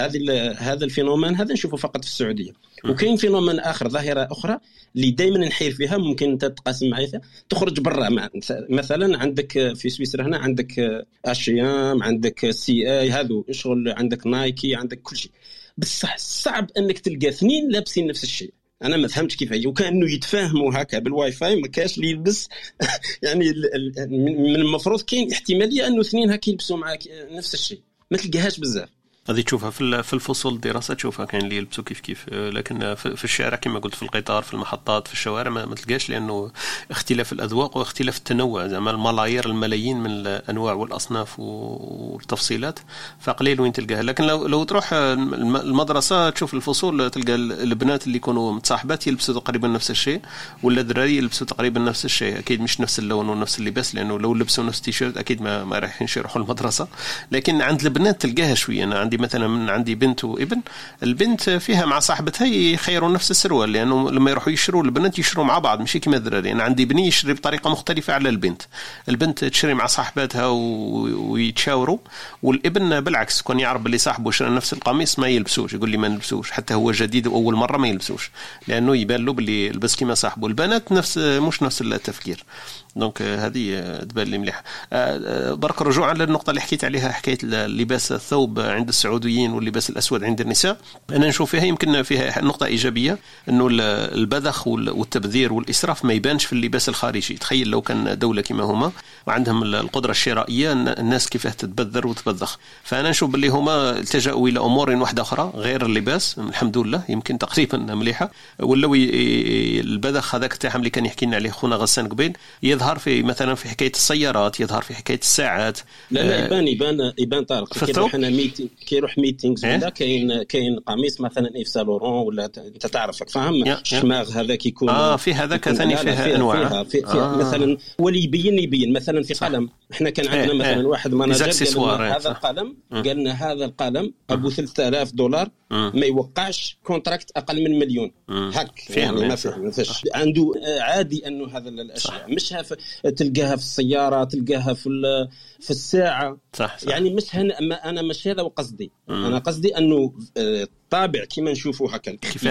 هذا الفينومين هذا نشوفه فقط في السعوديه. وكاين فينومين اخر، ظاهره اخرى اللي دائما نحير فيها، ممكن انت تقاسم معي فيها. تخرج برا مثلا عندك في سويسرا هنا عندك اشيام، عندك سي اي، هذو شغل، عندك نايكي، عندك كل شيء. بصح صعب انك تلقى اثنين لابسين نفس الشيء. انا ما فهمتش كيف هي، وكانه يتفاهموا هكا بالواي فاي، ما كاش اللي يلبس يعني من المفروض كاين احتماليه انه اثنين هكا يلبسوا معاك نفس الشيء، ما تلقاهاش بزاف. هذه تشوفها في الفصول الدراسة، تشوفها كاين اللي يلبسوا كيف، لكن في الشارع كما قلت، في القطار، في المحطات، في الشوارع ما تلقاش، لأنه اختلاف الأذواق واختلاف التنوع، زعما الملايين من الأنواع والأصناف والتفصيلات، فقليل وين تلقاها. لكن لو تروح المدرسة تشوف الفصول، تلقى البنات اللي يكونوا متصاحبات يلبسوا تقريبا نفس الشيء، ولا الدراري يلبسوا تقريبا نفس الشيء. أكيد مش نفس اللون ونفس اللباس، لأنه لو لبسوا نفس التيشيرت أكيد ما رايحين يروحوا المدرسة. لكن عند البنات تلقاها شوية. أنا عندي بنت وابن، البنت فيها مع صاحبتها يخيروا نفس السروال، لأنه لما يروحوا يشروا البنات يشروا مع بعض، مش كما الدراري. أنا عندي بني يشري بطريقة مختلفة على البنت تشري مع صاحبتها ويتشاوروا، والابن بالعكس كون يعرف اللي صاحبه شرى نفس القميص ما يلبسوش، يقول لي ما نلبسوش، حتى هو جديد وأول مرة ما يلبسوش، لأنه يبان له باللي لبس كما صاحبه. البنات مش نفس التفكير. دونك هذه تبان لي مليحه. برك رجوعا للنقطه اللي حكيت عليها، حكايه اللباس الثوب عند السعوديين واللباس الاسود عند النساء، انا نشوف فيها يمكن فيها نقطه ايجابيه، انه البذخ والتبذير والاسراف ما يبانش في اللباس الخارجي. تخيل لو كان دوله كما هما وعندهم القدره الشرائيه، الناس كيف تتبذر وتبذخ. فانا نشوف باللي هما التجأوا الى امور واحده اخرى غير اللباس، الحمد لله يمكن تقريبا مليحه. ولو البذخ هذاك تاعهم اللي كان يحكي لنا عليه خونا غسان قبيل يظهر في مثلا في حكايه السيارات، يظهر في حكايه الساعات. لا يبان طارق كي يروح ميتينغز ولا كاين قميص مثلا ايف سان لورون ولا انت تعرفك فاهم الشماغ هذاك يكون في هذاك ثاني فيها انواع مثلا ولي يبين مثلا في قلم. احنا كان عندنا مثلا واحد ماناجر هذا القلم قالنا هذا القلم ابو $3000 ما يوقعش كونتراكت اقل من $1,000,000 هك يعني ما فيش عنده عادي انه هذا الاشياء مش تلقاها في السياره، تلقاها في الساعه صح. يعني مش انا مش هذا وقصدي. انا قصدي انه طابع كيما نشوفوا هكا كيف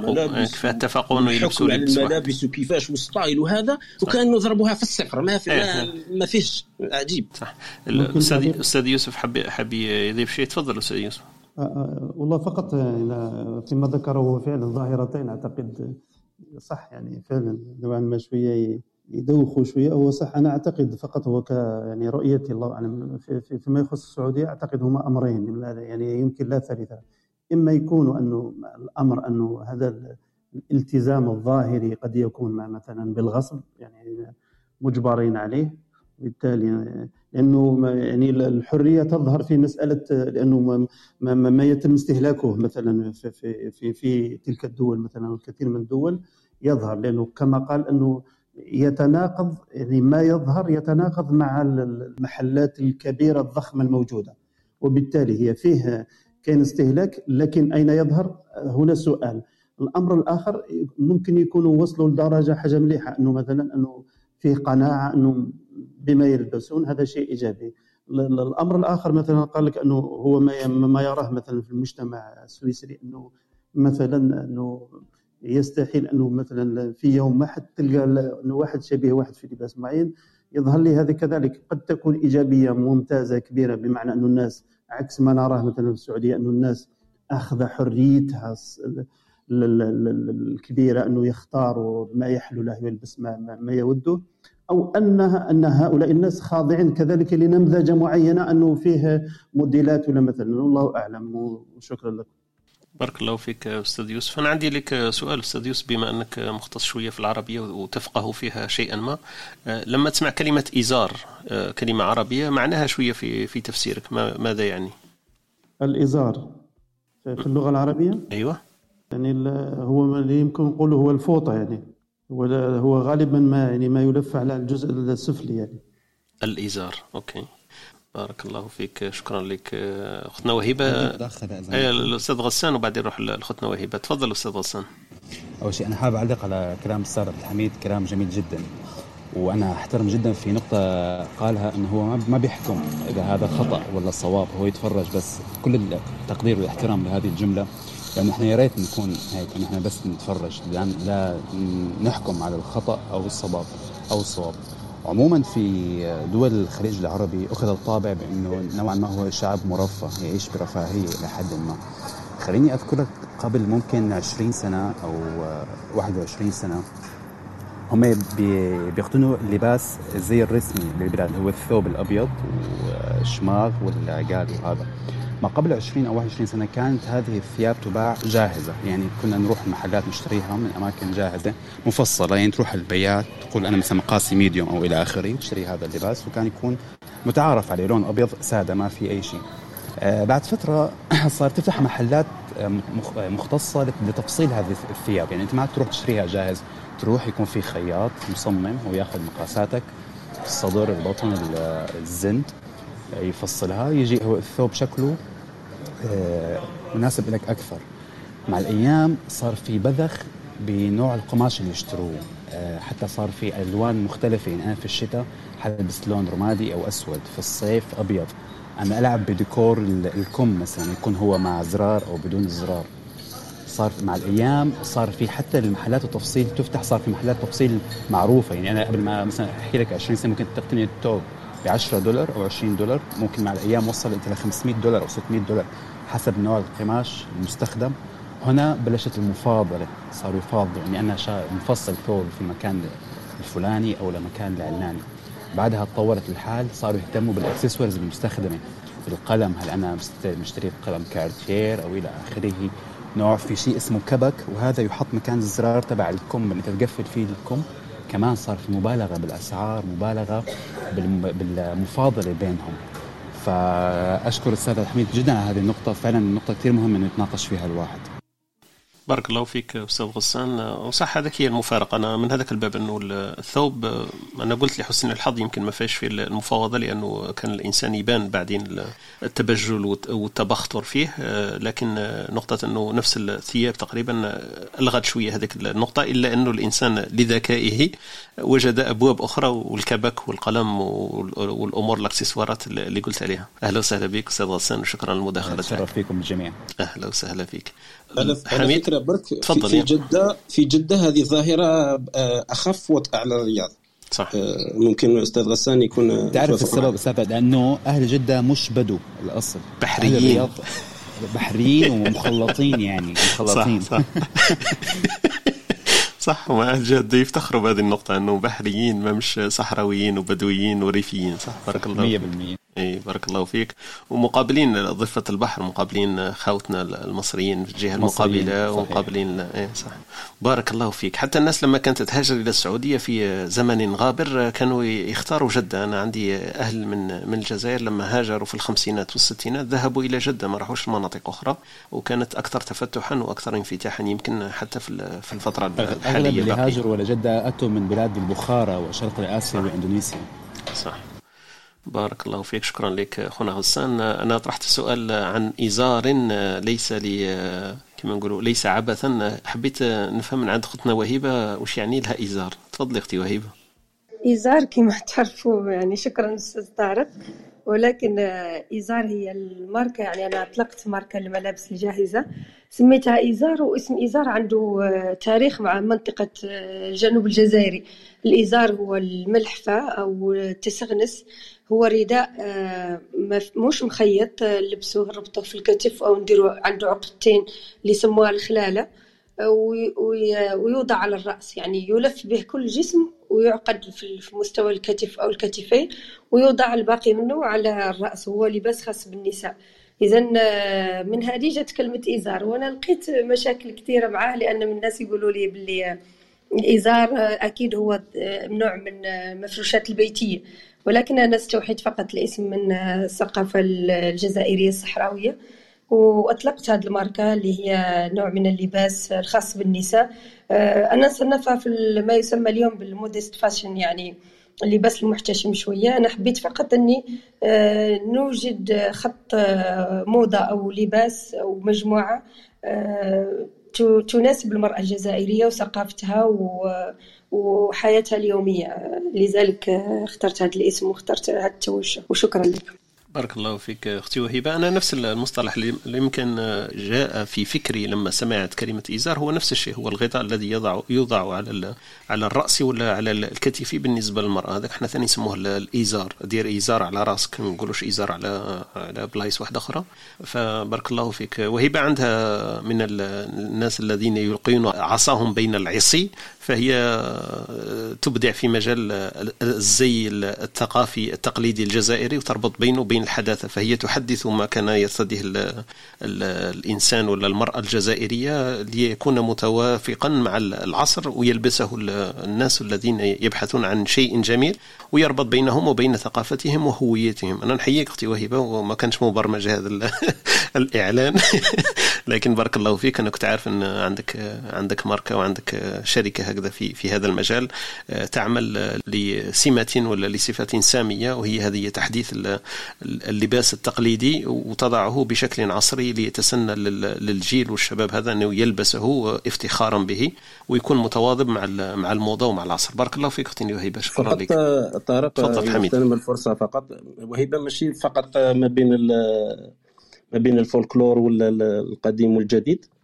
اتفقوا انه يلبسوا الملابس وكيفاش والستايل وهذا وكانوا ضربوها في الصفر. ما فيش عجيب. صح. الاستاذ يوسف حب يضيف شيء. تفضل استاذ يوسف. والله فقط فيما ذكره هو فعلا ظاهرتين اعتقد صح، يعني فعلا نوعا ما شويه يدوخوا شويه. هو صح، انا اعتقد فقط هو يعني رؤيتي الله اعلم فيما يخص السعوديه، اعتقد هما امرين يعني يمكن لا ثالثه. اما يكون انه الامر انه هذا الالتزام الظاهري قد يكون مثلا بالغصب، يعني مجبرين عليه، بالتالي لانه يعني الحريه تظهر في مساله لانه ما يتم استهلاكه مثلا في تلك الدول مثلا والكثير من الدول يظهر، لانه كما قال انه يتناقض، يعني ما يظهر يتناقض مع المحلات الكبيره الضخمه الموجوده، وبالتالي هي فيه كاين استهلاك، لكن اين يظهر هنا سؤال. الامر الاخر ممكن يكونوا وصلوا لدرجه حاجه مليحه انه مثلا انه فيه قناعه انه بما يلبسون، هذا شيء ايجابي. الامر الاخر مثلا قال لك انه هو ما يراه مثلا في المجتمع السويسري انه مثلا انه يستحيل انه مثلا في يوم ما حد تلقى انه واحد شبيه واحد في لباس معين. يظهر لي هذه كذلك قد تكون ايجابيه ممتازه كبيره، بمعنى انه الناس عكس ما نراه مثلا في السعوديه انه الناس اخذ حريتها الكبيره انه يختاروا ما يحلو له ويلبس ما يوده، او ان هؤلاء الناس خاضعين كذلك لنمذجه معينه انه فيه موديلات ولا مثلا، والله اعلم. وشكرا لكم. بارك الله فيك أستاذ يوسف. أنا عندي لك سؤال أستاذ يوسف، بما أنك مختص شوية في العربية وتفقه فيها شيئا ما، لما تسمع كلمة إزار كلمة عربية معناها شوية في تفسيرك ماذا يعني؟ الإزار في اللغة العربية أيوة، يعني هو اللي يمكن نقوله هو الفوطة، يعني هو غالبا ما يلف على الجزء السفلي يعني الإزار. أوكي، بارك الله فيك، شكرا لك أختنا وهبة. الأستاذ غسان وبعدين نروح لأختنا وهبة. تفضل أستاذ غسان. أول شيء أنا حابب أعلق على كلام الأستاذ عبد الحميد، كلام جميل جدا، وأنا أحترم جدا في نقطة قالها أنه هو ما بيحكم إذا هذا خطأ ولا صواب، هو يتفرج بس. كل التقدير والاحترام لهذه الجملة، لأنه إحنا يا ريت نكون هيك، إحنا بس نتفرج، لا نحكم على الخطأ أو الصواب. عموما في دول الخليج العربي أخذ الطابع بأنه نوعا ما هو شعب مرفه يعيش برفاهية إلى حد ما. خليني أذكرك قبل ممكن 20 سنة أو 21 سنة هم بيقتنوا اللباس الزي الرسمي للبلاد، هو الثوب الأبيض والشماغ والعقال وهذا. ما قبل 20 أو 21 سنة كانت هذه الثياب تباع جاهزة، يعني كنا نروح المحلات نشتريها من أماكن جاهزة مفصلة، يعني تروح البيات تقول أنا مثلا مقاسي ميديوم أو إلى آخره، تشتري هذا اللباس وكان يكون متعارف عليه، لون أبيض سادة ما في أي شيء. بعد فترة صار تفتح محلات مختصة لتفصيل هذه الثياب، يعني أنت ما تروح تشتريها جاهز، تروح يكون في خياط مصمم ويأخذ مقاساتك، الصدر، البطن، الزند، يفصلها، يجي هو الثوب شكله مناسب لك أكثر. مع الأيام صار في بذخ بنوع القماش اللي يشتروه، حتى صار في ألوان مختلفة، يعني أنا في الشتاء حلبس لون رمادي أو أسود، في الصيف أبيض. أنا ألعب بديكور الكم مثلا يكون هو مع زرار أو بدون زرار. صار مع الأيام صار في حتى المحلات التفصيل تفتح، صار في محلات تفصيل معروفة. يعني أنا قبل ما مثلا أحكي لك 20 سنة ممكن تقتني التوب $10 أو $20، ممكن مع الأيام وصل أنت $500 أو $600 حسب نوع القماش المستخدم. هنا بلشت المفاضلة، صاروا يفاضلوا يعني أنا مفصل ثوب في المكان الفلاني أو لمكان العلاني. بعدها تطورت الحال، صاروا يهتموا بالأكسسوارز المستخدمة في القلم. هل أنا مشتري قلم كارتير أو إلى آخره، نوع في شيء اسمه كبك، وهذا يحط مكان الزرار تبع الكم اللي تقفل فيه الكم. كمان صار في مبالغة بالأسعار، مبالغة بالمفاضلة بينهم. فأشكر الأستاذ حميد جدا على هذه النقطة، فعلا النقطة كثير مهمة أن يتناقش فيها الواحد. بارك الله فيك أستاذ غسان. وصح هذاك هي المفارقة. أنا من هذاك الباب أنه الثوب أنا قلت لحسن الحظ يمكن ما فيش في المفاوضة، لأنه كان الإنسان يبان بعدين التبجل والتبختر فيه، لكن نقطة أنه نفس الثياب تقريبا ألغت شوية هذيك النقطة، إلا أنه الإنسان لذكائه وجد أبواب أخرى، والكبك والقلم والأمور الأكسسوارات اللي قلت عليها. أهلا وسهلا بك أستاذ غسان، وشكرا على المداخلة. شرف فيكم الجميع. أهلا وسهلا فيك. على فكرة برك في جدة هذه ظاهرة أخف وطأ على الرياض. صح. ممكن أستاذ غسان يكون تعرف السبب أستاذ، لأنه أهل جدة مش بدو الأصل، بحريين ومخلطين يعني مخلطين. صح. صح. وما أهل جدة يفتخروا بهذه النقطة أنه بحريين ما مش صحراويين وبدويين وريفيين. صح. بارك الله 100%. اي بارك الله فيك. ومقابلين ضفة البحر، مقابلين خاوتنا المصريين في الجهة المقابلة، ومقابلين اي صح. بارك الله فيك. حتى الناس لما كانت تهاجر إلى السعودية في زمن غابر كانوا يختاروا جدة. أنا عندي أهل من الجزائر لما هاجروا في الخمسينات والستينات ذهبوا إلى جدة، ما راحوش مناطق أخرى، وكانت أكثر تفتحا وأكثر انفتاحا يمكن حتى في الفترة الحالية. أغلب اللي هاجروا ولا جدة أتوا من بلاد البخارى وشرق آسيا وإندونيسيا. صح. بارك الله فيك. شكرا لك أخونا غسان. أنا طرحت سؤال عن إزار ليس كما نقولوا ليس عبثا. حبيت نفهم من عند أختنا وهيبة وش يعني لها إزار. تفضلي أختي وهيبة. إزار كما تعرفوا يعني، شكرا أستاذ طارق، ولكن إزار هي الماركة. يعني أنا أطلقت ماركة للملابس الجاهزة سميتها إزار، واسم إزار عنده تاريخ مع منطقة الجنوب الجزائري. الإزار هو الملحفة أو التسغنس، هو رداء مش مخيط لبسوه ربطه في الكتف أو نديروا عنده عقدتين اللي يسموها الخلالة، ويوضع على الرأس، يعني يلف به كل جسم ويعقد في مستوى الكتف أو الكتفين، ويوضع الباقي منه على الرأس. هو لباس خاص بالنساء. إذن من هذه جت كلمة إزار، وأنا لقيت مشاكل كثيرة معاه، لأن من الناس يقولوا لي باللي الإزار أكيد هو نوع من مفروشات البيتية، ولكن أنا استوحيت فقط الاسم من الثقافة الجزائرية الصحراوية، وأطلقت هذه الماركة اللي هي نوع من اللباس الخاص بالنساء. أنا صنفها في ما يسمى اليوم بالمودست فاشن، يعني اللباس المحتشم شوية. أنا حبيت فقط أني نوجد خط موضة أو لباس أو مجموعة تناسب المرأة الجزائرية وثقافتها وحياتها اليومية، لذلك اخترت هذا الاسم واخترت هذا التوجه، وشكرا لكم. بارك الله فيك أختي وهبة. أنا نفس المصطلح اللي يمكن جاء في فكري لما سمعت كلمة إزار هو نفس الشيء، هو الغطاء الذي يوضع على الرأس ولا على الكتف بالنسبة للمرأة. هذاك احنا ثاني نسموه الإزار، دير إزار على راسك، ما نقولوش إزار على بلايص واحدة أخرى. فبارك الله فيك. وهبة عندها من الناس الذين يلقون عصاهم بين العصي، فهي تبدع في مجال الزي الثقافي التقليدي الجزائري وتربط بينه وبين الحداثة. فهي تحدث ما كان يرتديه الإنسان ولا المرأة الجزائرية ليكون متوافقا مع العصر، ويلبسه الناس الذين يبحثون عن شيء جميل ويربط بينهم وبين ثقافتهم وهويتهم. أنا نحييك أختي وهبة، وما كانش مبرمج هذا الإعلان لكن بارك الله فيك. أنا كنت عارف أن عندك ماركة وعندك شركة هكذا في هذا المجال تعمل لسمة ولا لصفة سامية، وهي هذه تحديث اللباس التقليدي وتضعه بشكل عصري ليتسنى للجيل والشباب هذا أنه يلبسه افتخارا به ويكون متواظب مع الموضة ومع العصر. بارك الله فيك أختي وهبة. شكرا لك. طارق يغتنم الفرصة فقط. وهبة ماشي فقط ما بين الفولكلور ولا القديم والجديد،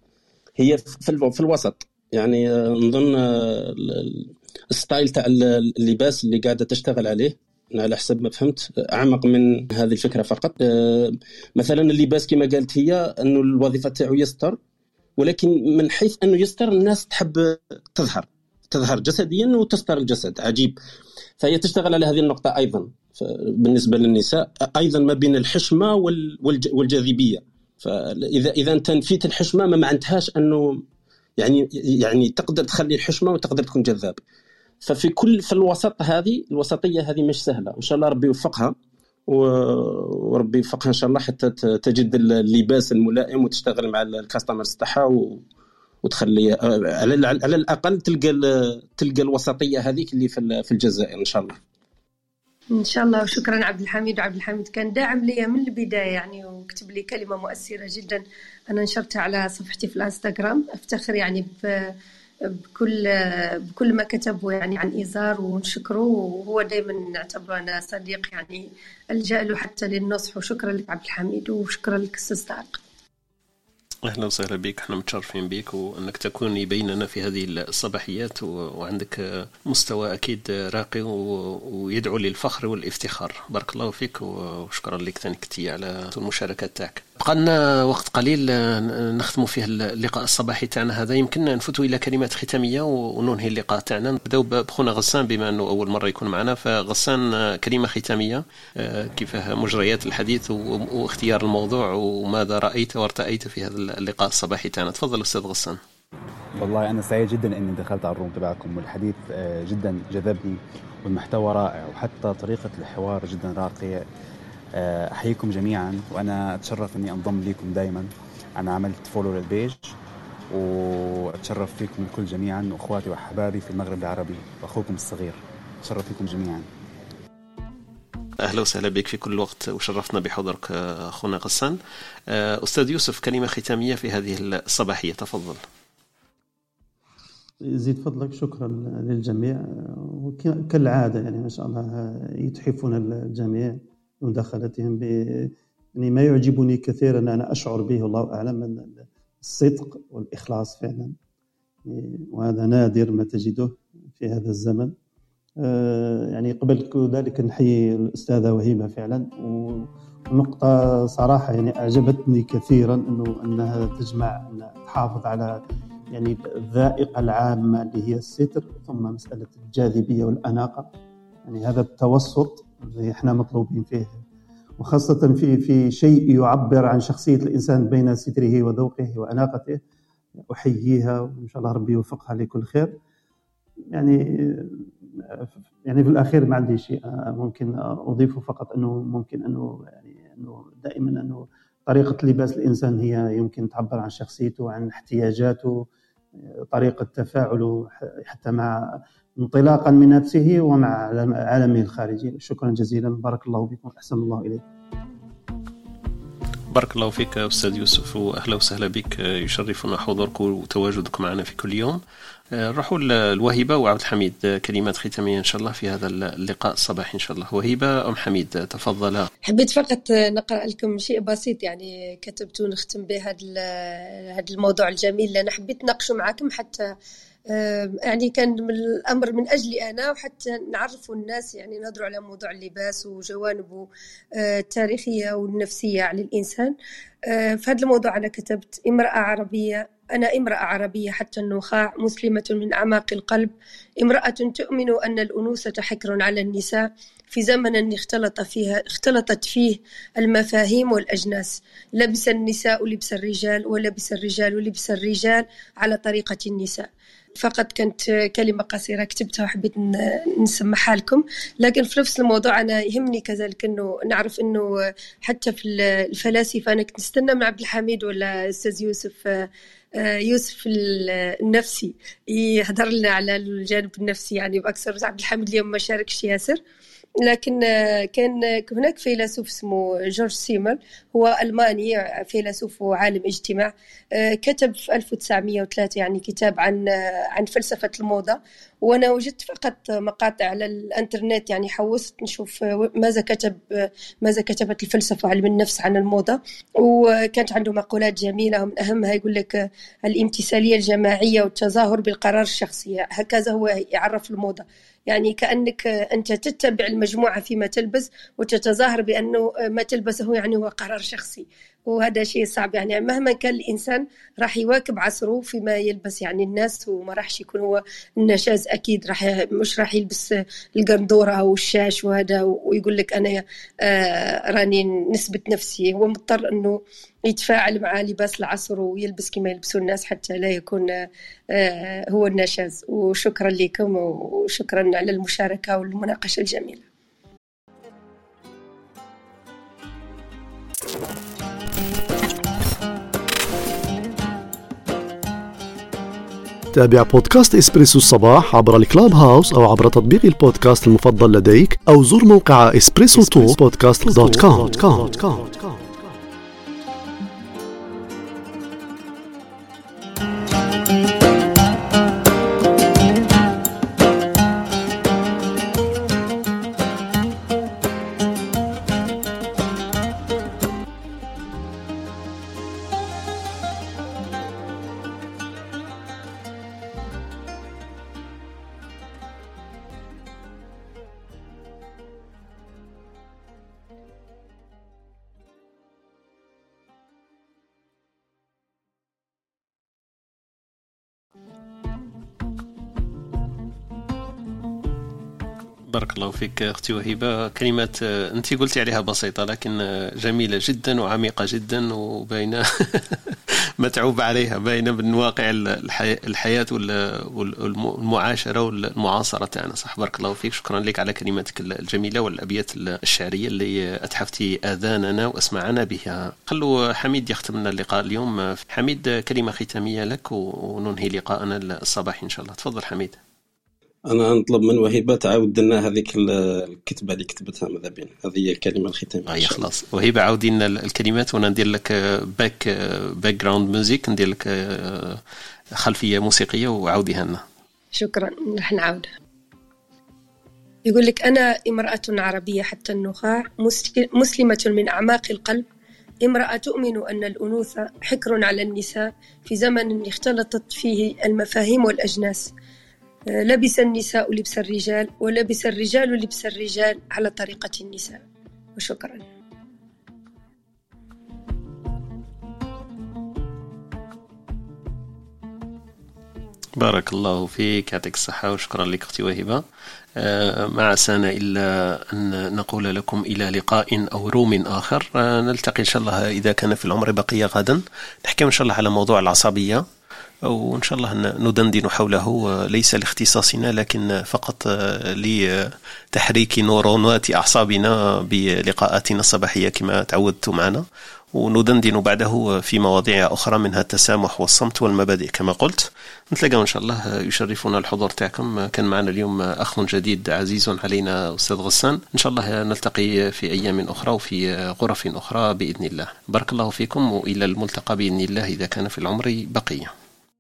هي في الوسط. يعني نظن الستايل تاع اللباس اللي قاعدة تشتغل عليه على حسب ما فهمت أعمق من هذه الفكرة فقط. مثلا اللباس كما قالت هي أنه الوظيفة تاعو يستر، ولكن من حيث أنه يستر الناس تحب تظهر جسديا وتستر الجسد. عجيب. فهي تشتغل على هذه النقطة أيضا بالنسبة للنساء، أيضا ما بين الحشمة والجاذبية. فإذا أنت نفيت الحشمة ما معنتهاش أنه يعني تقدر تخلي الحشمة وتقدر تكون جذاب. في الوسطية هذه مش سهلة. إن شاء الله ربي يوفقها وربي يوفقها إن شاء الله حتى تجد اللباس الملائم وتشتغل مع الكاستمرز تاعها وتخلي على الأقل تلقى الوسطية هذيك اللي في الجزائر إن شاء الله. إن شاء الله. وشكرا عبد الحميد. وعبد الحميد كان داعم لي من البداية يعني، وكتب لي كلمة مؤثرة جدا أنا نشرتها على صفحتي في الانستغرام. أفتخر يعني بكل ما كتبه يعني عن إيزار ونشكره، وهو دائما نعتبره أنا صديق يعني ألجأ له حتى للنصح. وشكرا لك عبد الحميد، وشكرا لك أستاذ طارق. أهلا وسهلا بك، احنا متشرفين بك وأنك تكوني بيننا في هذه الصباحيات، وعندك مستوى أكيد راقي ويدعو للفخر والافتخار. بارك الله فيك وشكرا لك تنكتي على المشاركات تاعك. بقى لنا وقت قليل نختم فيه اللقاء الصباحي تاعنا هذا. يمكن نفوتوا إلى كلمات ختامية وننهي اللقاء تاعنا. نبداو بخونا غسان بما أنه أول مرة يكون معنا. فغسان كلمة ختامية كيف مجريات الحديث واختيار الموضوع وماذا رأيت وارتأيت في هذا اللقاء الصباحي تاعنا. تفضل أستاذ غسان. والله أنا سعيد جدا أني دخلت على الروم تبعكم، والحديث جدا جذبني والمحتوى رائع وحتى طريقة الحوار جدا راقية. أحييكم جميعا، وأنا أتشرف أني أنضم لكم دايما. أنا عملت فولو للبيج وأتشرف فيكم الكل جميعا، وأخواتي وأحبابي في المغرب العربي وأخوكم الصغير. أتشرف فيكم جميعا. أهلا وسهلا بك في كل وقت، وشرفنا بحضورك أخونا غسان. أستاذ يوسف كلمة ختامية في هذه الصباحية، تفضل. يزيد فضلك. شكرا للجميع، وكالعادة يعني ما شاء الله يتحفون الجميع مداخلتهم يعني ما يعجبني كثيرا أنا أشعر به والله أعلم أن الصدق والإخلاص فعلا، وهذا نادر ما تجده في هذا الزمن. يعني قبل ذلك نحيي الأستاذة وهيبة فعلا. ونقطة صراحة يعني أعجبتني كثيرا أنها تجمع، أنها تحافظ على يعني الذائقة العامة اللي هي الستر، ثم مسألة الجاذبية والأناقة. يعني هذا التوسط اللي احنا مطلوبين فيه، وخاصة في شيء يعبر عن شخصية الإنسان بين ستره وذوقه وأناقته. أحييها وإن شاء الله ربي يوفقها لكل خير. يعني في الأخير ما عندي شيء ممكن أضيفه، فقط أنه ممكن أنه دائما أنه طريقة لباس الإنسان هي يمكن تعبر عن شخصيته، عن احتياجاته، طريقة تفاعله حتى مع انطلاقا من نفسه ومع عالمه الخارجي. شكرا جزيلا، بارك الله بكم، أحسن الله إليكم. بارك الله فيك أستاذ يوسف، وأهلا وسهلا بك. يشرفنا حضورك وتواجدك معنا في كل يوم. نروحوا الوهيبة وعبد الحميد كلمات ختامية إن شاء الله في هذا اللقاء الصباحي إن شاء الله. وهيبة أم حميد تفضل. حبيت فقط نقرأ لكم شيء بسيط يعني كتبت ونختم به هذا الموضوع الجميل اللي أنا حبيت نناقشه معكم، حتى يعني كان من الأمر من أجلي أنا، وحتى نعرفوا الناس يعني نهضروا على موضوع اللباس وجوانبه التاريخية والنفسية على الإنسان. في هذا الموضوع أنا كتبت: أنا امرأة عربية حتى النخاع، مسلمة من أعماق القلب، امرأة تؤمن أن الأنوثة حكر على النساء في زمن اختلطت فيه المفاهيم والأجناس. لبس النساء لبس الرجال، ولبس الرجال لبس الرجال على طريقة النساء. فقط كانت كلمة قصيرة كتبتها وحبيت نسمعها لكم. لكن في نفس الموضوع أنا يهمني كذلك أنه نعرف أنه حتى في الفلاسفة أنا كنت نستنى من عبد الحميد ولا أستاذ يوسف النفسي يهدر لنا على الجانب النفسي يعني بأكثر. عبد الحميد اليوم ما شاركش ياسر، لكن كان هناك فيلسوف اسمه جورج سيمر، هو ألماني، فيلسوف وعالم اجتماع، كتب في 1903 يعني كتاب عن فلسفة الموضة، وأنا وجدت فقط مقاطع على الإنترنت، يعني حوست نشوف ماذا كتبت الفلسفة وعلم النفس عن الموضة، وكانت عنده مقولات جميلة، ومن أهمها يقول لك الامتثالية الجماعية والتظاهر بالقرار الشخصي، هكذا هو يعرف الموضة. يعني كأنك أنت تتبع المجموعة فيما تلبس وتتظاهر بأنه ما تلبسه يعني هو قرار شخصي، وهذا شيء صعب. يعني مهما كان الإنسان راح يواكب عصره فيما يلبس يعني الناس، وما راحش يكون هو النشاز أكيد، مش راح يلبس القندورة أو الشاش وهذا ويقول لك أنا راني نثبت نفسي. هو مضطر أنه يتفاعل مع لباس العصر ويلبس كما يلبسوا الناس حتى لا يكون هو النشاز. وشكرا لكم وشكرا على المشاركة والمناقشة الجميلة. تابع بودكاست إسبريسو الصباح عبر الكلاب هاوس أو عبر تطبيق البودكاست المفضل لديك، أو زور موقع espressotalk.podcast.com. بارك الله فيك أختي وهبة. كلمات أنت قلتي عليها بسيطة لكن جميلة جدا وعميقة جدا، وبين متعوب عليها، باينة من واقع الحياة والمعاشرة والمعاصرة تاعنا. صح، بارك الله فيك. شكرا لك على كلماتك الجميلة والأبيات الشعرية اللي أتحفتي آذاننا وأسمعنا بها. خلوا حميد يختم لنا اللقاء اليوم. حميد، كلمة ختامية لك وننهي لقاءنا الصباحي إن شاء الله. تفضل حميد. أنا نطلب من وهبة تعاود لنا هذيك الكتبة اللي كتبتها ماذا بين، هذه هي الكلمة الختامية. خلاص وهبة عاودي لنا الكلمات وأنا ندير لك باك جراوند ميوزيك، ندير لك خلفية موسيقية وعاوديها لنا. شكرا، رح نعاودها. يقول لك: أنا امرأة عربية حتى النخاع، مسلمة من أعماق القلب، امرأة تؤمن أن الأنوثة حكر على النساء في زمن اختلطت فيه المفاهيم والأجناس. لبس النساء لبس الرجال ولبس الرجال لبس الرجال على طريقة النساء. وشكرا. بارك الله فيك، يعطيك الصحة وشكرا لك أختي وهبة. ما عسانا إلا أن نقول لكم إلى لقاء أو روم آخر. نلتقي إن شاء الله إذا كان في العمر بقية غدا، نحكي إن شاء الله على موضوع العصبية، وإن شاء الله ندندن حوله ليس لاختصاصنا لكن فقط لتحريك نورونات أعصابنا بلقاءاتنا الصباحية كما تعودت معنا، وندندن بعده في مواضيع أخرى منها التسامح والصمت والمبادئ كما قلت. نتلاقى إن شاء الله. يشرفنا الحضور تاعكم. كان معنا اليوم أخ جديد عزيز علينا أستاذ غسان. إن شاء الله نلتقي في أيام أخرى وفي غرف أخرى بإذن الله. بارك الله فيكم وإلى الملتقى بإذن الله إذا كان في العمر بقية.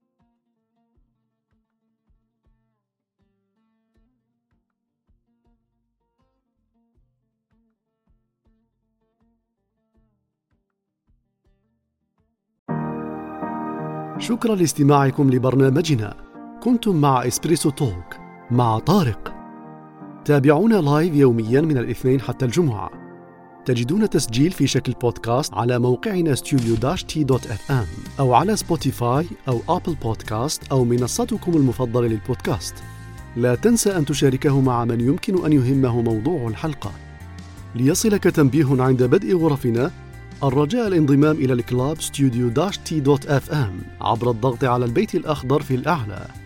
شكرا لاستماعكم لبرنامجنا. كنتم مع إسبريسو توك مع طارق. تابعونا لايف يوميا من الاثنين حتى الجمعة. تجدون تسجيل في شكل بودكاست على موقعنا studio-t.fm أو على سبوتيفاي أو أبل بودكاست أو منصتكم المفضلة للبودكاست. لا تنسى أن تشاركه مع من يمكن أن يهمه موضوع الحلقة. ليصلك تنبيه عند بدء غرفنا، الرجاء الانضمام إلى الكلاب studio-t.fm عبر الضغط على البيت الأخضر في الأعلى.